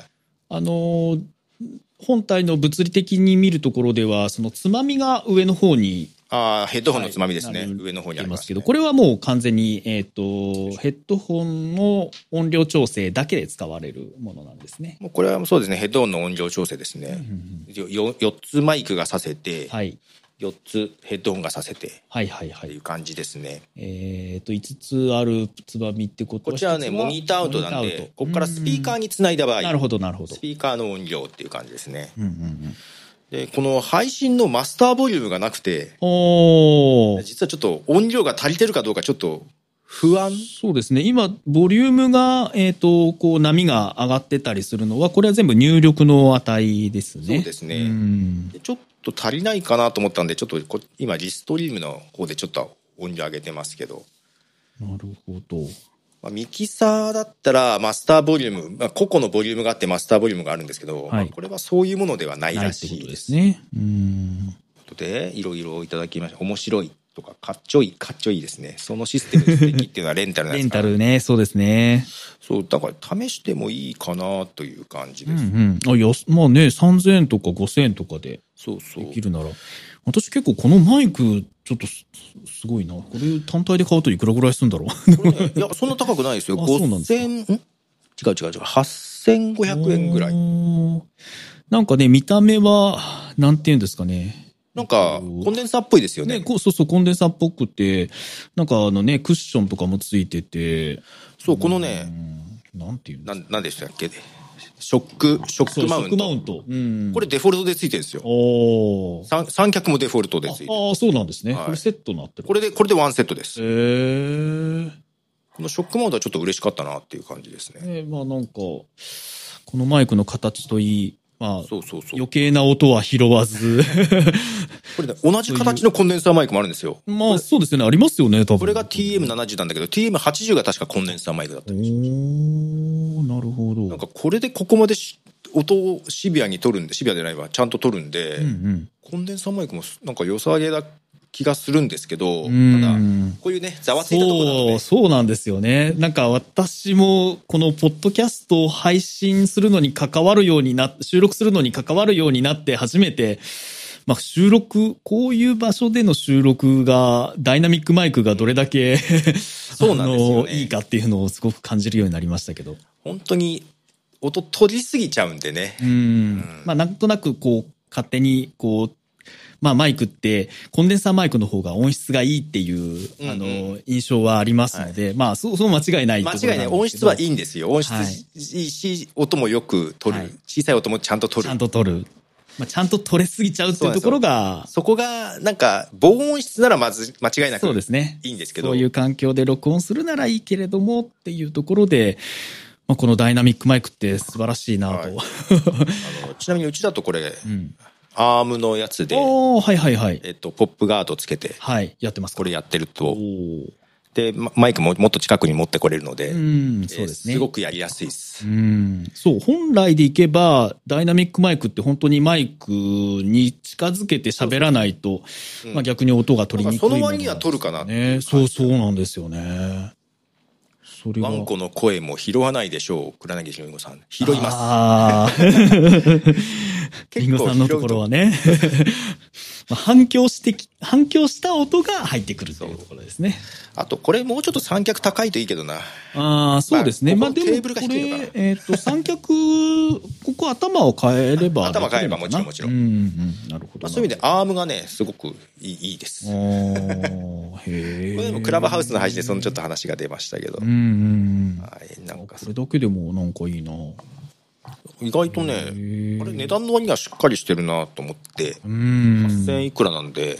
本体の物理的に見るところでは、そのつまみが上の方に。 ヘッドホンのつまみですね。上の方にありますけど、これはもう完全に、ヘッドホンの音量調整だけで使われるものなんですね。 もうこれはそうですね。ヘッドホンの音量調整ですね。4つマイクがさせて、4つヘッドホンがさせてっていう感じですね。 5つあるつまみってことは、 こちらはね、モニターアウトなんで、ここからスピーカーにつないだ場合、 なるほど。 スピーカーの音量っていう感じですね。で、この配信のマスターボリュームがなくて、実はちょっと音量が足りてるかどうかちょっと不安。 そうですね。今、ボリュームが、こう、波が上がってたりするのは、これは全部入力の値ですね。 そうですね。ちょっと足りないかなと思ったんで、ちょっと今リストリームの方でちょっと音量上げてますけど。 なるほど。 ミキサーだったらマスターボリューム、個々のボリュームがあってマスターボリュームがあるんですけど、これはそういうものではないらしいですね。 で、いろいろいただきました。面白いとか、かっちょいいですね。そのシステム素敵っていうのはレンタルなんですか？ レンタルね、そうですね。 そう、だから試してもいいかなという感じです。 まあね、3000円とか5000円とかでできるなら。私結構このマイク、ちょっとすごいな。これ単体で買うといくらぐらいするんだろう。 これね、いや、そんな高くないですよ。5000、違う。8500円ぐらい。 なんかね、見た目は、なんていうんですかね。 なんか、コンデンサーっぽいですよね。 そうそう、コンデンサーっぽくて、なんかクッションとかもついてて。 そう、このね、 なんていうの？ なんでしたっけ？ショックマウント。これデフォルトでついてるんですよ。三脚もデフォルトでついてる。 ああ、そうなんですね。これセットになってる。 これでワンセットです。このショックマウントはちょっと嬉しかったなっていう感じですね。 まあなんか、このマイクの形といい、まあ、余計な音は拾わず。 これね、同じ形のコンデンサーマイクもあるんですよ。 まあそうですよね、ありますよね、多分。 これが TM70 なんだけど、TM80 が確かコンデンサーマイクだったんですよ。 なるほど。 なんかこれでここまで音をシビアに取るんで、シビアじゃないわ、ちゃんと取るんで、コンデンサーマイクもなんか良さげな気がするんですけど、ただ、こういうね、ざわついたところなので。 そうなんですよね。なんか私も、このポッドキャストを配信するのに関わるように収録するのに関わるようになって初めて、まあこういう場所での収録が、ダイナミックマイクがどれだけそうなんですよね、 いいかっていうのをすごく感じるようになりましたけど。 本当に音取りすぎちゃうんでね。 まあなんとなくこう、勝手にこう、まあマイクって、コンデンサーマイクの方が音質がいいっていう、印象はありますので、まあそう間違いないところなんですけど。 間違いない。音質はいいんですよ。音質いいし、音もよく取る。小さい音もちゃんと取る。 ちゃんと取る。まあ、ちゃんと取れすぎちゃうっていうところが。 そこが、なんか、防音質なら間違いなく。 そうですね。 いいんですけど。 そういう環境で録音するならいいけれどもっていうところで、まあ、このダイナミックマイクって素晴らしいなと。 ちなみにうちだとこれ、アームのやつで、 はい。 ポップガードつけて、 やってます。 これやってると、で、マイクももっと近くに持ってこれるので、 そうですね。 すごくやりやすいです。 そう、本来でいけば、ダイナミックマイクって本当にマイクに近づけて喋らないと、まあ逆に音が取りにくいもの、 その割には取るかなってね。そうなんですよね。 ワンコの声も拾わないでしょう、黒柳りんごさん。拾います。 りんごさんのところはね。反響した音が入ってくるというところですね。 あと、これもうちょっと三脚高いといいけどな。 そうですね。まあでも、 テーブルが低いのかな。三脚、ここ頭を変えれば。 頭変えればもちろん。 なるほど。 そういう意味でアームがね、すごくいいです。これでもクラブハウスの配信でそのちょっと話が出ましたけど。なんかこれだけでもなんかいいな。 意外とね、これ値段の割にはしっかりしてるなと思って、8000いくらなんで、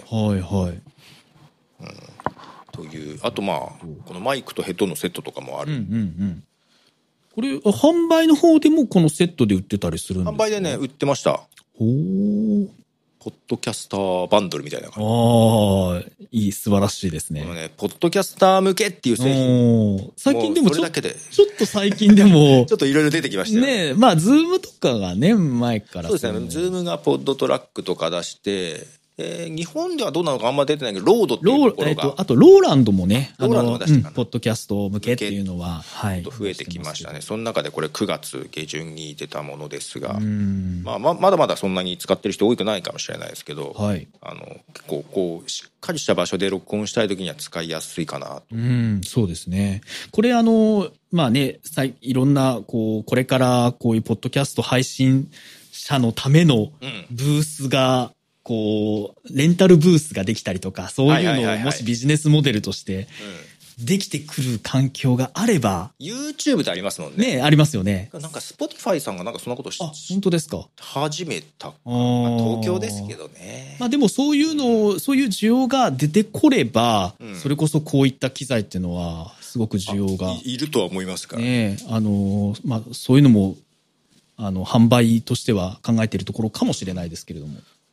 という、あとまあ、このマイクとヘッドのセットとかもある。 これ、販売の方でもこのセットで売ってたりするんですか？ 販売でね、売ってました。ポッドキャスターバンドルみたいな感じ。素晴らしいですね。 このね、ポッドキャスター向けっていう製品。 最近でもそれだけでちょっと最近でも。 ちょっといろいろ出てきましたよね。 まあ、ズームとかがね、前から。 そうですね。ズームがポッドトラックとか出して、日本ではどうなのかあんま出てないけど、ロードっていうところが。 あと、ローランドもね、 ローランドも出してたポッドキャスト向けっていうのは、 増えてきましたね。その中でこれ9月下旬に出たものですが、まだまだそんなに使ってる人多くないかもしれないですけど、結構こう、しっかりした場所で録音したいときには使いやすいかなと。 そうですね。これまあね、いろんな、これからこういうポッドキャスト配信者のためのブースが、レンタルブースができたりとか、そういうのをもしビジネスモデルとしてできてくる環境があれば。 YouTube でありますもんね。 ありますよね。 なんか Spotify さんがなんかそんなこと本当ですか。 始めた。東京ですけどね。 まあでもそういう需要が出てこれば、それこそこういった機材っていうのは、すごく需要が。 いるとは思いますから。 まあそういうのも、販売としては考えているところかもしれないですけれども。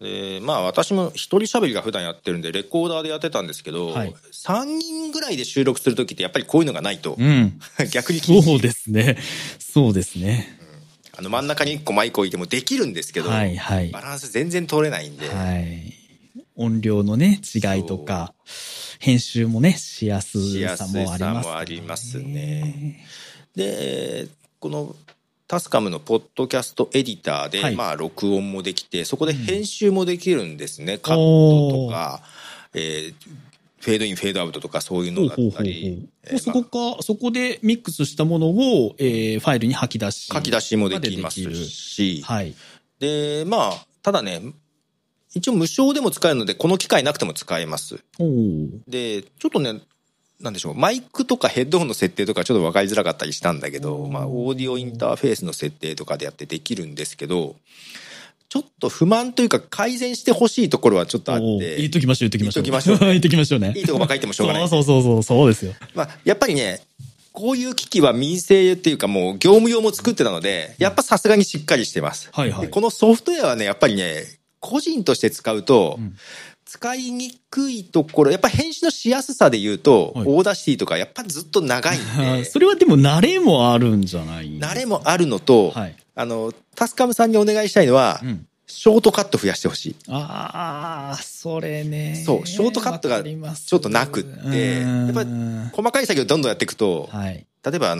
まあ私も一人喋りが普段やってるんでレコーダーでやってたんですけど、 はい、 3人ぐらいで収録するときってやっぱりこういうのがないと、 うん、 逆に厳しい。 そうですね。そうですね。 真ん中に1個マイク置いてもできるんですけど、 はいはい、 バランス全然取れないんで、 はい、音量のね違いとか編集もねしやすさもありますね。 でこのタスカムのポッドキャストエディターで、はい、まあ録音もできてそこで編集もできるんですね、カットとか、フェードインフェードアウトとかそういうのだったり、 そこでミックスしたものを、ファイルに書き出しもできますし、 はい、 でまあただね一応無償でも使えるのでこの機械なくても使えます。でちょっとねなんでしょう、マイクとかヘッドホンの設定とかちょっと分かりづらかったりしたんだけど、まあオーディオインターフェースの設定とかでやってできるんですけど、ちょっと不満というか改善してほしいところはちょっとあって。 言っときましょうね。 言っときましょうね。いいとこばっかり言ってもしょうがない。 そうですよ。 まあやっぱりね、こういう機器は民生っていうかもう業務用も作ってたので、やっぱさすがにしっかりしてます。 はいはい。 このソフトウェアはね、やっぱりね、個人として使うと、使いにくいところ、やっぱ編集のしやすさで言うと、オーダーシティとかやっぱずっと長いんで。 それはでも慣れもあるんじゃない？ 慣れもあるのと、はい、タスカムさんにお願いしたいのは、ショートカット増やしてほしい。 ああ、それね。 そう、ショートカットがちょっとなくって、やっぱり細かい作業をどんどんやっていくと、はい、例えば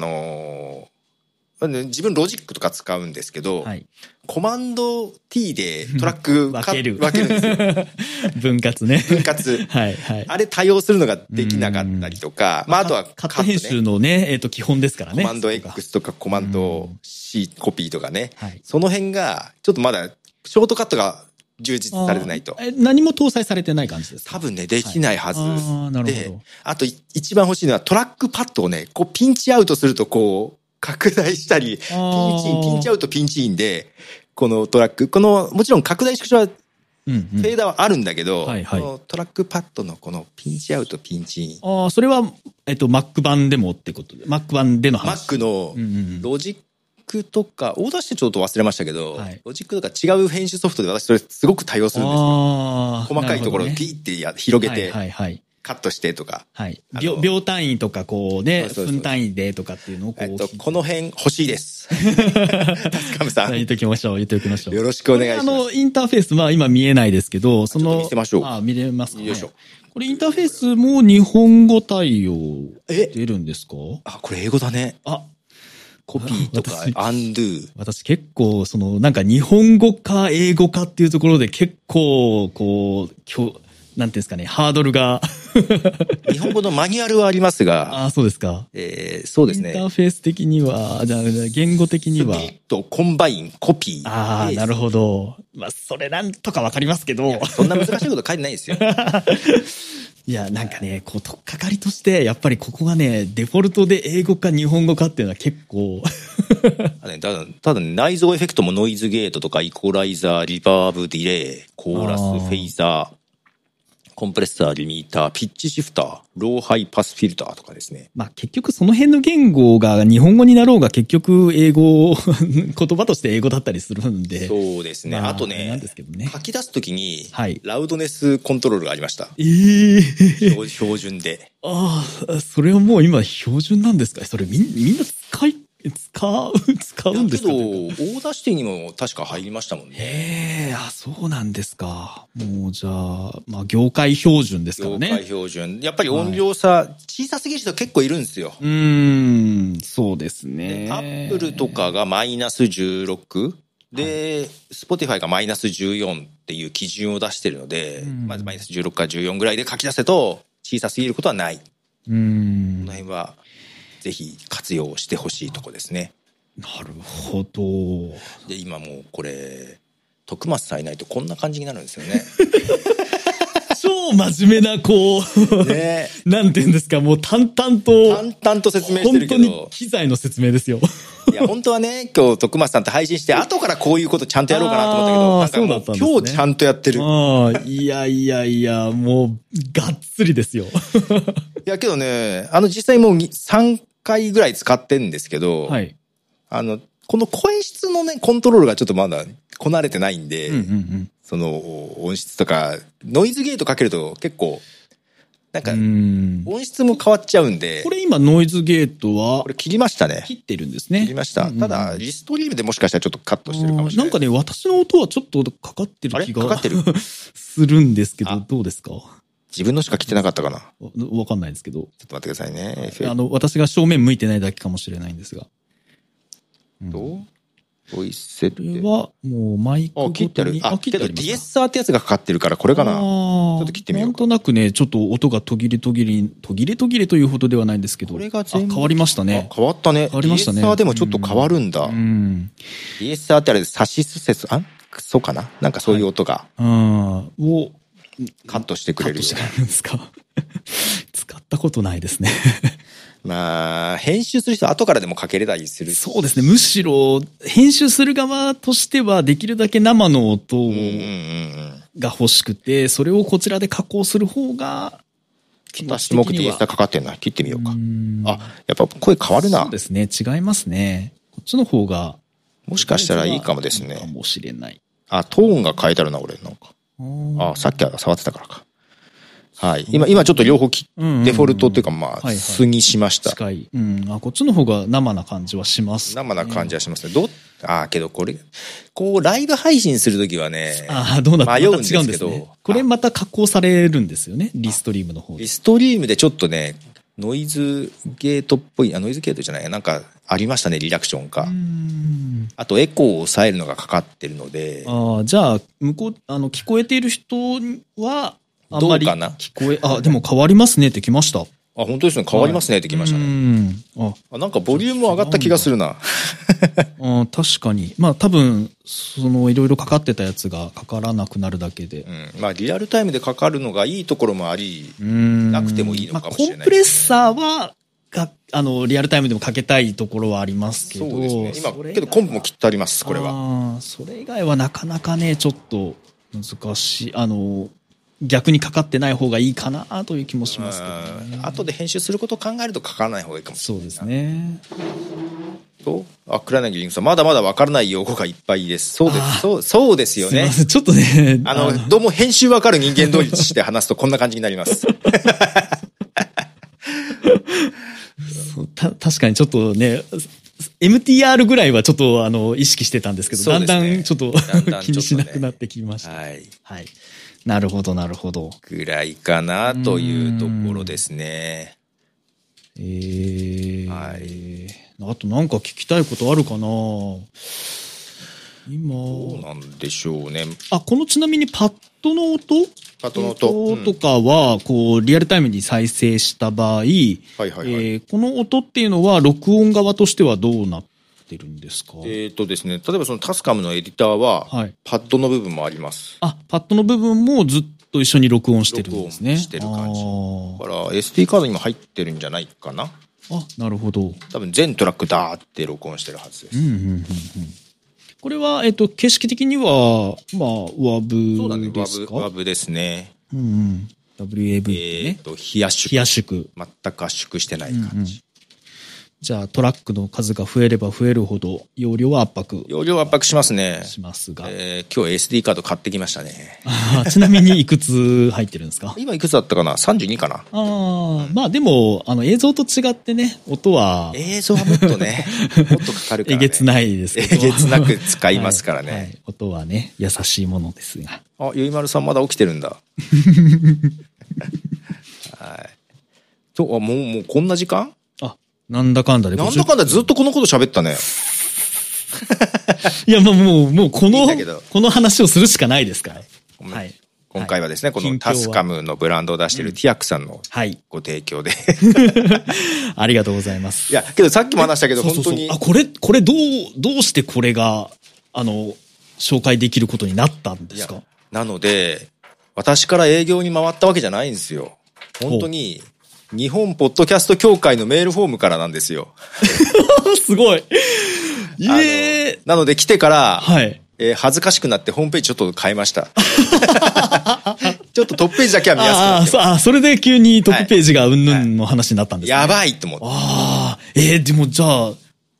自分ロジックとか使うんですけど、はい、コマンド T でトラック分けるんですよ。 分割ね。 分割。はいはい。あれ対応するのができなかったりとか、まああとはカット編集のね、基本ですからね。 コマンド X とかコマンド C コピーとかね、はい、その辺がちょっとまだショートカットが充実されてないと。 何も搭載されてない感じですか？ 多分ね、できないはず。 なるほど。 で、あと一番欲しいのはトラックパッドをね、こうピンチアウトするとこう、拡大したり、ピンチアウトピンチインで、このトラック、もちろん拡大縮小は、フェーダーはあるんだけど、このトラックパッドのこのピンチアウトピンチイン。 それは、Mac 版でもってことで、Mac 版での話。 Mac のロジックとか、オーダーしてちょっと忘れましたけど、ロジックとか違う編集ソフトで私それすごく対応するんですよ。細かいところをピーって広げて。カットしてとか。 はい。秒単位とかこうね、分単位でとかっていうのをこう。 この辺欲しいです。タスカムさん。 言っておきましょう。 よろしくお願いします。 インターフェース、まあ今見えないですけど、 見せましょう。 見れますかね。よいしょ。これインターフェースも日本語対応出るんですか？ これ英語だね。コピーとか、アンドゥ。 私結構、なんか日本語か英語かっていうところで結構、こう、なんていうんですかね、ハードルが。 日本語のマニュアルはありますが。 そうですか。 そうですね。 インターフェース的には、言語的には。 スプリット、コンバイン、コピー。なるほど。まあ、それなんとかわかりますけど。 そんな難しいこと書いてないですよ。 いや、なんかね、こう、とっかかりとして、やっぱりここがね、デフォルトで英語か日本語かっていうのは結構。 ただ内蔵エフェクトもノイズゲートとかイコライザー、リバーブ、ディレイ、コーラス、フェイザー、コンプレッサー、リミーター、ピッチシフター、ローハイパスフィルターとかですね。 まあ結局その辺の言語が日本語になろうが結局英語、言葉として英語だったりするんで。 そうですね。あとね、 なんですけどね、 書き出すときに、ラウドネスコントロールがありました。標準で。 それはもう今標準なんですか？それみんな使うんですか？ だけど、オーダーシティにも確か入りましたもんね。 そうなんですか。もうじゃあ、まあ業界標準ですからね。 業界標準。やっぱり音量差、小さすぎる人結構いるんですよ。 そうですね。 アップルとかがマイナス16で、Spotify がマイナス14っていう基準を出してるので、まずマイナス16か14ぐらいで書き出せと小さすぎることはない。この辺はぜひ活用してほしいとこですね。 なるほど。 で、今もうこれ、徳松さんいないとこんな感じになるんですよね。 超真面目な、こう、ね、なんて言うんですか、もう淡々と説明してるけど。 本当に機材の説明ですよ。 いや、本当はね、今日徳松さんと配信して、後からこういうことちゃんとやろうかなと思ったけど、なんかもう今日ちゃんとやってる。 いや、もう、がっつりですよ。 いや、けどね、実際もう3回ぐらい使ってんですけど、この声質のね、コントロールがちょっとまだこなれてないんで、 その音質とか、ノイズゲートかけると結構、なんか、音質も変わっちゃうんで。 これ今ノイズゲートは、 これ切りましたね。 切ってるんですね。 切りました。ただ、リストリームでもしかしたらちょっとカットしてるかもしれない。 なんかね、私の音はちょっとかかってる気がかかってるするんですけど、どうですか？ 自分のしか切ってなかったかな。 わかんないですけど。ちょっと待ってくださいね。 私が正面向いてないだけかもしれないんですが。 ボイス設定。 これは、もうマイクごとに。 切ってある。けど DSR ってやつがかかってるから、これかな。ちょっと切ってみよう。 なんとなくね、ちょっと音が途切れというほどではないんですけど。 これが全部。 変わりましたね。 変わったね。 変わりましたね。 DSR でもちょっと変わるんだ。DSR ってあれ、サシス説、そうかな？なんかそういう音が。 を、 カットしてくれるよ。 カットしてくれるんですか？使ったことないですね。 まあ、編集する人は後からでもかけれたりする。 そうですね。むしろ、編集する側としては、できるだけ生の音が欲しくて、それをこちらで加工する方が、 私もDSRかかってんな。切ってみようか。やっぱ声変わるな。 そうですね。違いますね。こっちの方が。 もしかしたらいいかもですね。 かもしれない。 トーンが変えたるな、俺。なんか。さっきは触ってたからか。はい。今ちょっと両方デフォルトっていうか、まあ、素にしました。 近い。こっちの方が生な感じはします。 生な感じはしますね。けどこれ、ライブ配信するときはね、 どうなって迷うんですけど。 これまた加工されるんですよね。リストリームの方で。 リストリームでちょっとね、ノイズゲートっぽい、ノイズゲートじゃない、なんかありましたね、リラクションか。あとエコーを抑えるのがかかってるので。 じゃあ、聞こえている人は、あんまり聞こえ、でも変わりますねってきました。 本当ですね。変わりますねってきましたね。なんかボリューム上がった気がするな。 確かに。まあ多分、いろいろかかってたやつがかからなくなるだけで。 まあリアルタイムでかかるのがいいところもあり、なくてもいいのかもしれない。 コンプレッサーは、リアルタイムでもかけたいところはありますけど。 そうですね。今、けどコンプもきっとあります、これは。 それ以外はなかなかね、ちょっと難しい。逆にかかってない方がいいかなという気もしますけどね。 後で編集することを考えるとかからない方がいいかもしれない。 そうですね。 黒柳りんごさん、まだまだわからない用語がいっぱいです。そうですよね。 ちょっとね。 どうも編集わかる人間同士して話すとこんな感じになります。 確かにちょっとね、MTR ぐらいはちょっと意識してたんですけど、だんだんちょっと気にしなくなってきました。はい。なるほど、なるほど。 ぐらいかなというところですね。 あとなんか聞きたいことあるかな？今。 どうなんでしょうね。 このちなみにパッドの音とかは、リアルタイムに再生した場合、この音っていうのは、録音側としてはどうなってるんですか？ ですね、例えばそのタスカムのエディターは、パッドの部分もあります。 パッドの部分もずっと一緒に録音してるんですね。 してる感じ。だから、SD カードにも入ってるんじゃないかな。 なるほど。 多分全トラックダーって録音してるはずです。 これは、形式的には、WAV そうだね、 ですか？ WAV ですね。 WAV ね。 非圧縮。 非圧縮。 全く圧縮してない感じ。 じゃあ、トラックの数が増えれば増えるほど、容量は圧迫。 容量は圧迫しますね。 しますが。 今日 SD カード買ってきましたね。 ちなみにいくつ入ってるんですか？ 今いくつだったかな？ 32 かな。 まあでも、映像と違ってね、音は。 映像はもっとね、もっとかかるからね。 えげつないですけど。 えげつなく使いますからね。 音はね、優しいものですが。 ゆいまるさんまだ起きてるんだ。もうこんな時間？ なんだかんだで。 なんだかんだずっとこのこと喋ったね。 いや、もうこの話をするしかないですから。はい。 今回はですね、このタスカムのブランドを出しているティアクさんのご提供で。 ありがとうございます。 いや、けどさっきも話したけど、本当に。 これどうしてこれが、紹介できることになったんですか？ なので、私から営業に回ったわけじゃないんですよ。本当に、日本ポッドキャスト協会のメールフォームからなんですよ。 すごい。 なので来てから、 はい。 恥ずかしくなってホームページちょっと変えました。ちょっとトップページだけは見やすくなって。 それで急にトップページがうんぬんの話になったんですね。 やばいと思って。 でもじゃあ、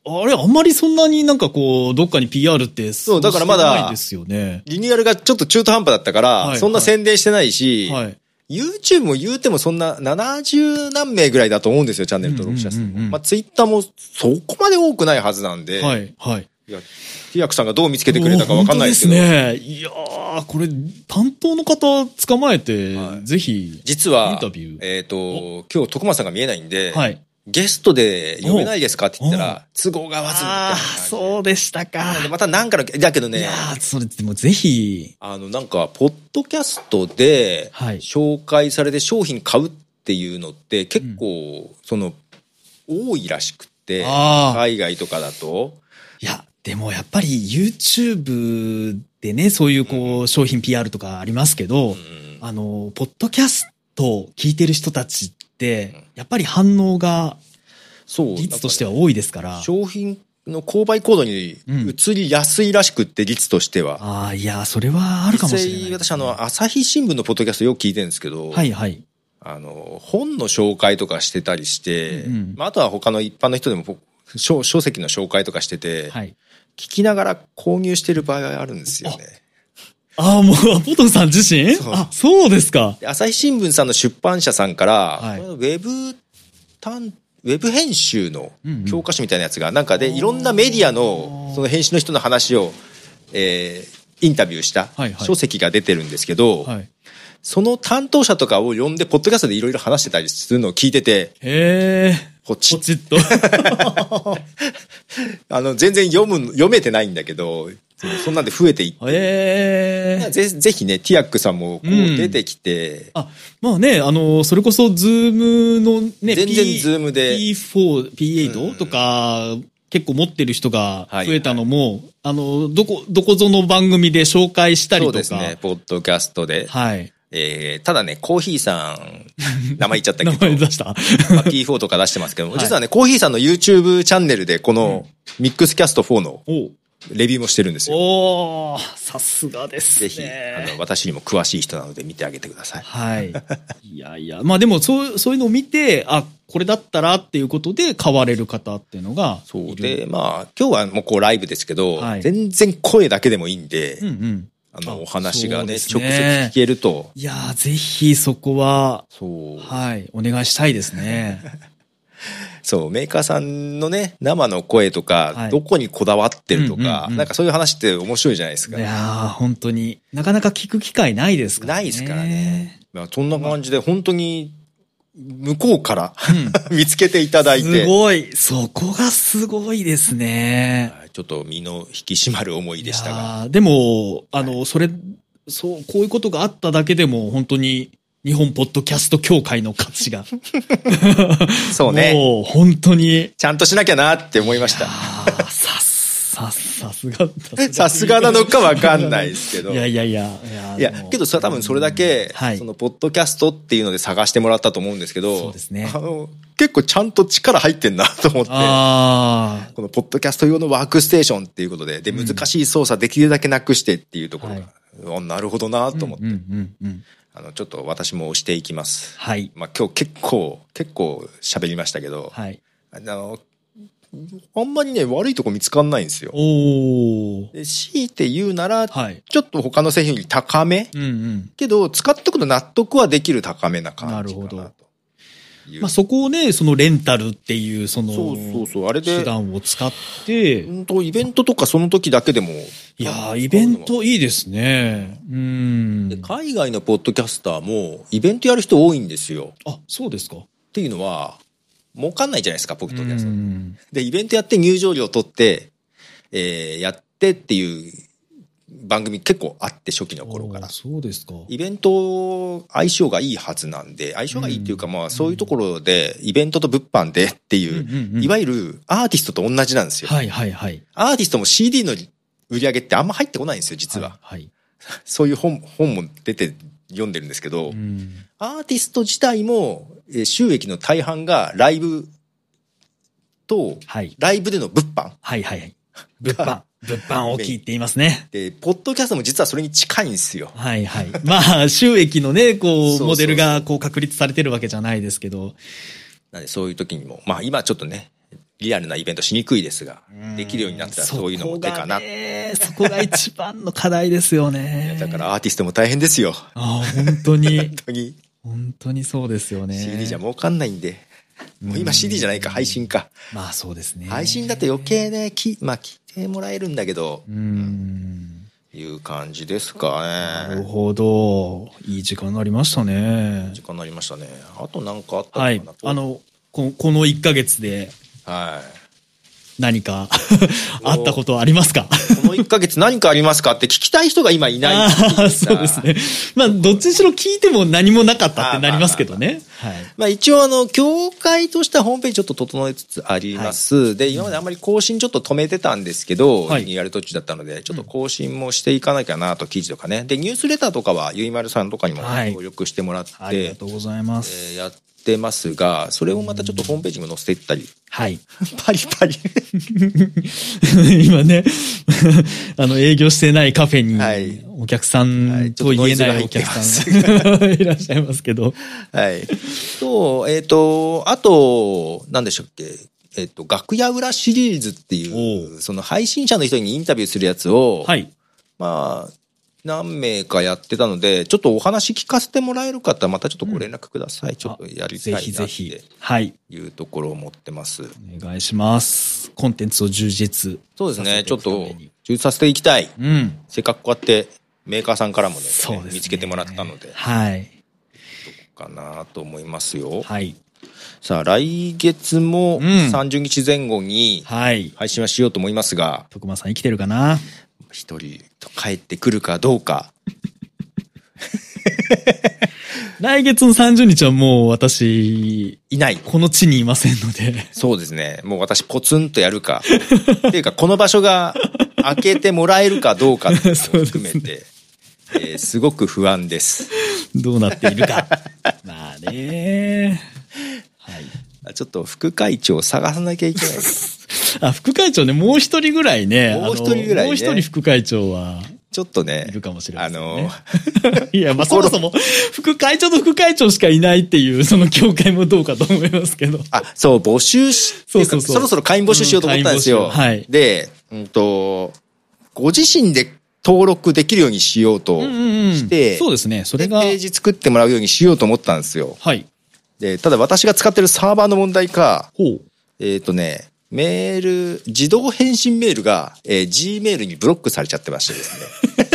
あれ、あんまりそんなになんかこう、どっかに PR ってそうだからまだないですよね。 リニューアルがちょっと中途半端だったから、 はいそんな宣伝してないし、 はい。 YouTube も言うてもそんな70何名ぐらいだと思うんですよ、チャンネル登録者数も。 うんうんうんうんまあ Twitter もそこまで多くないはずなんで、 はい。はい。 いや、ティアクさんがどう見つけてくれたかわかんないですけど、 本当ですね。いやー、これ、担当の方捕まえて、 はいぜひ、 実はインタビュー。 今日徳松さんが見えないんで、 はい。 ゲストで呼べないですかって言ったおら、都合が合わずみたいな感じで。 そうでしたか。 でまたなんかの、だけどねいや、ー、それでもぜひ、 なんか、ポッドキャストで、 はい紹介されて商品買うっていうのって結構、多いらしくって、 あー海外とかだと。 いや、でもやっぱり YouTube でね、そういうこう、商品 PR とかありますけど、ポッドキャスト聞いてる人たちって、やっぱり反応がそう。 率としては多いですから。 商品の購買行動に移りやすいらしくって、率としては。 ああ、いや、それはあるかもしれない、 実際、私朝日新聞のポッドキャストよく聞いてるんですけど、 はいはい。 本の紹介とかしてたりして、 うんうんまあ、あとは他の一般の人でも書籍の紹介とかしてて、 はい。 聞きながら購入してる場合があるんですよね。 ああ、もう、ポトフさん自身そうあ、そうですか。 で朝日新聞さんの出版社さんから、 はいウェブ編集の教科書みたいなやつが、なんかでいろんなメディアのその編集の人の話を、インタビューしたはいはい書籍が出てるんですけど、 はい。 その担当者とかを呼んで、ポッドキャストでいろいろ話してたりするのを聞いてて、 へえ。 こっちポチッと。 全然読めてないんだけど、そんなんで増えていって、 へえ。 ぜひね、ティアックさんもこう出てきて、 あ、まあね、それこそ、ズームのね、 全然ズームで P4、P8 とか、結構持ってる人が増えたのも、どこぞの番組で紹介したりとか。 そうですね、ポッドキャストで。 はい。 ただね、コーヒーさん、名前言っちゃったけど、 名前出した。 まあ P4 とか出してますけども、 はい実はね、コーヒーさんの YouTube チャンネルでこのミックスキャスト4のおレビューもしてるんですよ。 おー、さすがですね。 ぜひ、私にも詳しい人なので見てあげてください。 はい。いやいや、まあでもそういうのを見て、あ、これだったらっていうことで買われる方っていうのがいる。 そうで、まあ、今日はもうこうライブですけど、 はい全然声だけでもいいんで、 うんうん。 お話がね、 そう直ですね接聞けると、 いやー、ぜひそこは、 そう、 はい、お願いしたいですね。 そう、メーカーさんのね、生の声とか、 はいどこにこだわってるとか、 うんうんうんなんかそういう話って面白いじゃないですか。 いやー、本当になかなか聞く機会ないですからね。 ないですからね。まあ、そんな感じで、本当に、向こうから、見つけていただいて、 すごい。そこがすごいですね。 ちょっと身の引き締まる思いでしたが。 いやーでも、こういうことがあっただけでも、本当に、日本ポッドキャスト協会の価値が。 そうね。 もう、本当に。 ちゃんとしなきゃなって思いました。 さすが。 さすがなのかわかんないですけど。 いや。 いや、けどそれは多分それだけ、 はいそのポッドキャストっていうので探してもらったと思うんですけど、 そうですね結構ちゃんと力入ってんなと思って、 あこのポッドキャスト用のワークステーションっていうことで、で、難しい操作できるだけなくしてっていうところが、なるほどなと思って、ちょっと私も押していきます。 はい。 まあ今日結構喋りましたけど、 はい。 あんまりね、悪いとこ見つかんないんですよ。 おー。 で強いて言うなら、 はい。 ちょっと他の製品より高め、けど、使っておくと納得はできる高めな感じかなと。 なるほど。まあそこをね、そのレンタルっていう、 そう、あれで、 手段を使って、 本当イベントとかその時だけでも。 いやー、イベントいいですね。 で海外のポッドキャスターも、イベントやる人多いんですよ。 あ、そうですか。 っていうのは、儲かんないじゃないですか、ポッドキャスト。で、イベントやって入場料取って、やってっていう番組結構あって、初期の頃から。 そうですか。 イベント相性がいいはずなんで、相性がいいっていうか、まあそういうところで、イベントと物販でっていう、いわゆるアーティストと同じなんですよ。 はいはいはい。 アーティストも CD の売り上げってあんま入ってこないんですよ、実は。 はい。 そういう本も出て読んでるんですけど、アーティスト自体も収益の大半がライブと、ライブでの物販。 はいはいはい。物販大きいって言いますね。 で、ポッドキャストも実はそれに近いんですよ。 はいはい。まあ、収益のね、こう、モデルがこう確立されてるわけじゃないですけど。 なんでそういう時にも、まあ今ちょっとね、 リアルなイベントしにくいですが、できるようになったらそういうのも手かな。 そこが一番の課題ですよね。 だからアーティストも大変ですよ。 本当に。 本当に。 本当にそうですよね。 CD じゃ儲かんないんで。もう今 CD じゃないか、配信か。 まあそうですね。 配信だと余計ね、来てもらえるんだけど。いう感じですかね。 なるほど。いい時間になりましたね。 時間になりましたね。あと何かあったのかな。 はい。この1ヶ月で。 はい。 何かあったことはありますか？ この1ヶ月何かありますかって聞きたい人が今いない。 そうですね。まあ、どっちにしろ聞いても何もなかったってなりますけどね。はい。 まあ一応協会としてはホームページちょっと整えつつあります。はい、で、今まであんまり更新ちょっと止めてたんですけど、リニューアル途中だったので、ちょっと更新もしていかなきゃなと、記事とかね。で、ニュースレターとかはゆいまるさんとかにも協力してもらって、 ありがとうございます。 やってますが、それをまたちょっとホームページにも載せていったり。 はい。 パリパリ。 今ね、営業してないカフェに、お客さんと言えないお客さんいらっしゃいますけど。 はい。あと、何でしたっけ、楽屋裏シリーズっていう、その配信者の人にインタビューするやつを、はい。まあ、何名かやってたので、ちょっとお話聞かせてもらえる方はまたちょっとご連絡ください。ちょっとやりたいなっていうところを持ってます。 お願いします。コンテンツを充実。 そうですね。ちょっと充実させていきたい。せっかくこうやってメーカーさんからもね、見つけてもらったので。 はい。 どうかなと思いますよ。 はい。 さあ、来月も30日前後に配信はしようと思いますが。 徳間さん生きてるかな？ 一人と帰ってくるかどうか。 来月の30日はもう私、 いない。 この地にいませんので。 そうですね。もう私ポツンとやるか。っていうか、この場所が開けてもらえるかどうか含めて、すごく不安です。 どうなっているか。まあね。 はい。ちょっと副会長を探さなきゃいけない。 副会長ね、もう一人ぐらいね。 もう一人ぐらいね。 もう一人副会長は。 ちょっとね。 いるかもしれない、ね。いや、まあ、そもそも、副会長と副会長しかいないっていう、その協会もどうかと思いますけど。 そう、募集そろそろ会員募集しようと思ったんですよ。 はい。 で、ご自身で登録できるようにしようとして、 そうですね。それが。 ページ作ってもらうようにしようと思ったんですよ。 はい。 で、ただ私が使ってるサーバーの問題か、メール、自動返信メールが、Gmail にブロックされちゃってましてです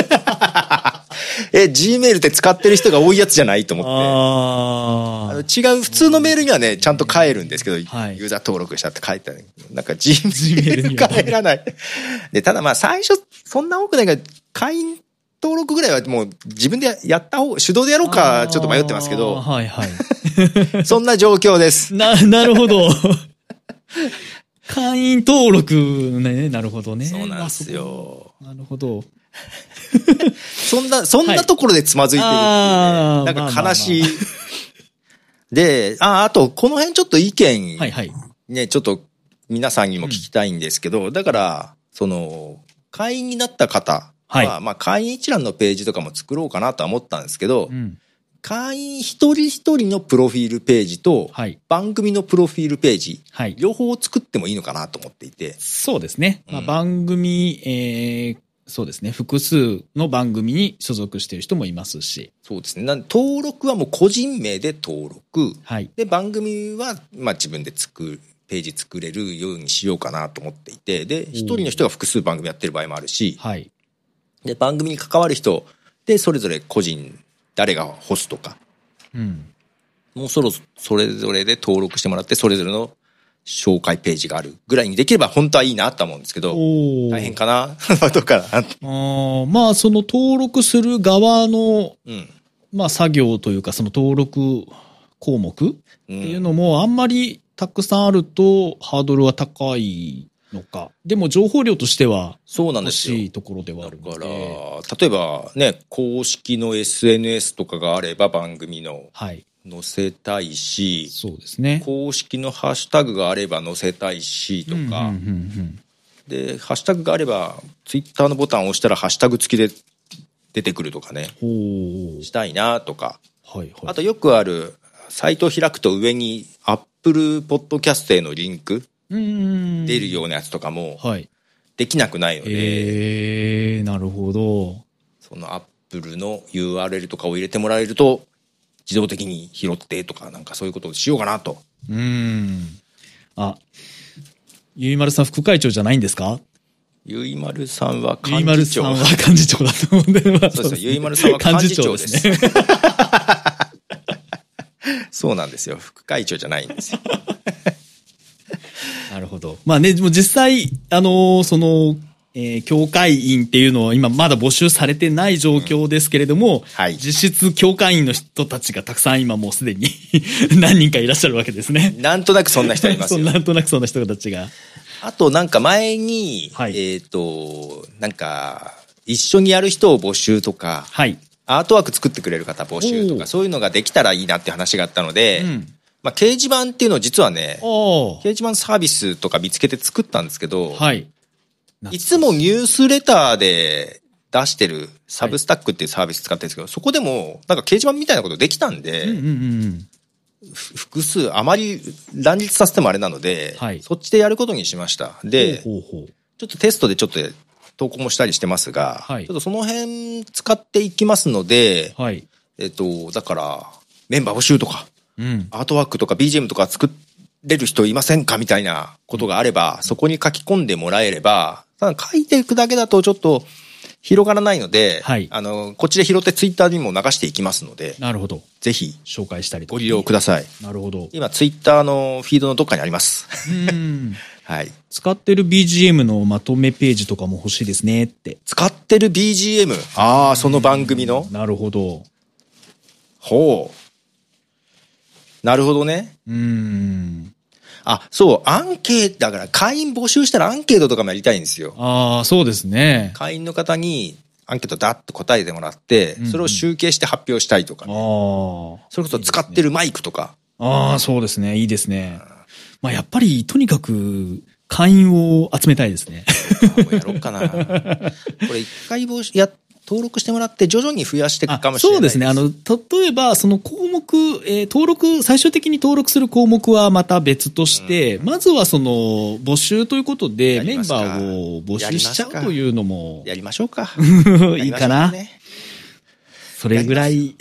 ね。Gmail って使ってる人が多いやつじゃないと思って。違う、普通のメールにはね、ちゃんと返るんですけど、ユーザー登録したって書いてある。なんか Gmail に返らない。で、ただまあ最初、そんな多くないから、会員登録ぐらいはもう自分でやった方、手動でやろうか、ちょっと迷ってますけど。 はいはい。 そんな状況です。 なるほど。会員登録ね、なるほどね。 そうなんですよ。 なるほど。 そんなところでつまずいてるっていうね。なんか悲しい。で、あと、この辺ちょっと意見、ね、ちょっと皆さんにも聞きたいんですけど、だから、会員になった方は、まあ、会員一覧のページとかも作ろうかなとは思ったんですけど、会員一人一人のプロフィールページと、番組のプロフィールページ、両方作ってもいいのかなと思っていて。 そうですね。まあ、番組、そうですね。複数の番組に所属している人もいますし。 そうですね。登録はもう個人名で登録。で、番組は、まあ自分でページ作れるようにしようかなと思っていて。で、一人の人が複数番組やってる場合もあるし。で、番組に関わる人で、それぞれ個人、誰がホストか。もうそれぞれで登録してもらって、それぞれの紹介ページがあるぐらいにできれば本当はいいなと思うんですけど、大変かなどうかなまあ、その登録する側の、まあ、作業というか、その登録項目っていうのも、あんまりたくさんあると、ハードルは高いのか。でも、情報量としては、 そうなんですよ。 欲しいところではあるので。 だから、例えばね、公式の SNS とかがあれば番組の、載せたいし、 そうですね。 公式のハッシュタグがあれば載せたいしとか、で、ハッシュタグがあれば、ツイッターのボタンを押したらハッシュタグ付きで出てくるとかね、したいなとか、あとよくある、サイトを開くと上に Apple Podcast へのリンク出るようなやつとかも、できなくないので、 なるほど。 そのアップルの URL とかを入れてもらえると、自動的に拾ってとか、なんかそういうことをしようかなと。 あ、ゆいまるさん副会長じゃないんですか？ ゆいまるさんは幹事長。 ゆいまるさんは幹事長だと思うんで、 そうですね。ゆいまるさんは幹事長です。そうなんですよ。副会長じゃないんですよ。 なるほど。まあね、もう実際、協会員っていうのは今まだ募集されてない状況ですけれども、実質協会員の人たちがたくさん今もうすでに何人かいらっしゃるわけですね。 なんとなくそんな人いますよ。 なんとなくそんな人たちが。 あとなんか前に、なんか一緒にやる人を募集とか、アートワーク作ってくれる方募集とか、そういうのができたらいいなって話があったので、まあ掲示板っていうのを実はね、掲示板サービスとか見つけて作ったんですけど、いつもニュースレターで出してるサブスタックっていうサービス使ってるんですけど、そこでもなんか掲示板みたいなことできたんで、複数あまり乱立させてもあれなので、そっちでやることにしました。で、ちょっとテストでちょっと投稿もしたりしてますが、ちょっとその辺使っていきますので、だからメンバー募集とか、アートワークとか BGM とか作れる人いませんかみたいなことがあれば、そこに書き込んでもらえれば、ただ書いていくだけだとちょっと広がらないので、こっちで拾ってツイッターにも流していきますので、 なるほど。 ぜひ紹介したりとかご利用ください。 なるほど。 今ツイッターのフィードのどっかにあります。 使ってる BGM のまとめページとかも欲しいですねって。 使ってる BGM？ ああ、その番組の？ なるほど。 ほう。なるほどね。あ、そう、アンケート、だから会員募集したらアンケートとかもやりたいんですよ。 ああ、そうですね。 会員の方にアンケートダッと答えてもらって、それを集計して発表したいとかね。それこそ使ってるマイクとか。 ああ、そうですね。いいですね。まあやっぱりとにかく会員を集めたいですね。 もうやろうかな。これ一回登録してもらって徐々に増やしていくかもしれないです。 そうですね。例えば、その項目、最終的に登録する項目はまた別として、まずはその、募集ということで、メンバーを募集しちゃうというのも。 やりましょうか。 いいかな。それぐらい、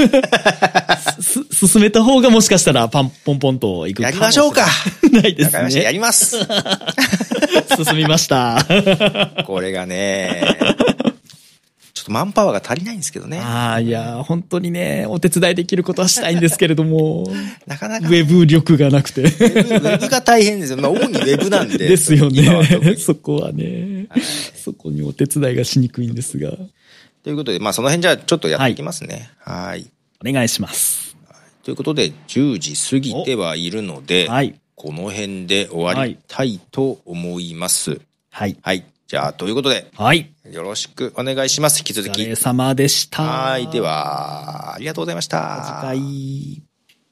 進めた方がもしかしたらポンポンといくかもしれない。やりましょうか。 ないですね。 やります。 進みました。 これがね、ちょっとマンパワーが足りないんですけどね。 いや、本当にね、お手伝いできることはしたいんですけれども、 なかなか。 ウェブ力がなくて。ウェブが大変ですよ。まあ、主にウェブなんで。 ですよね。そこはね、そこにお手伝いがしにくいんですが。 ということで、まあ、その辺じゃあちょっとやっていきますね。 お願いします。 ということで、10時過ぎてはいるので、この辺で終わりたいと思います。じゃあ、ということで、よろしくお願いします。引き続き。 お疲れ様でした。 では、ありがとうございました。 次回。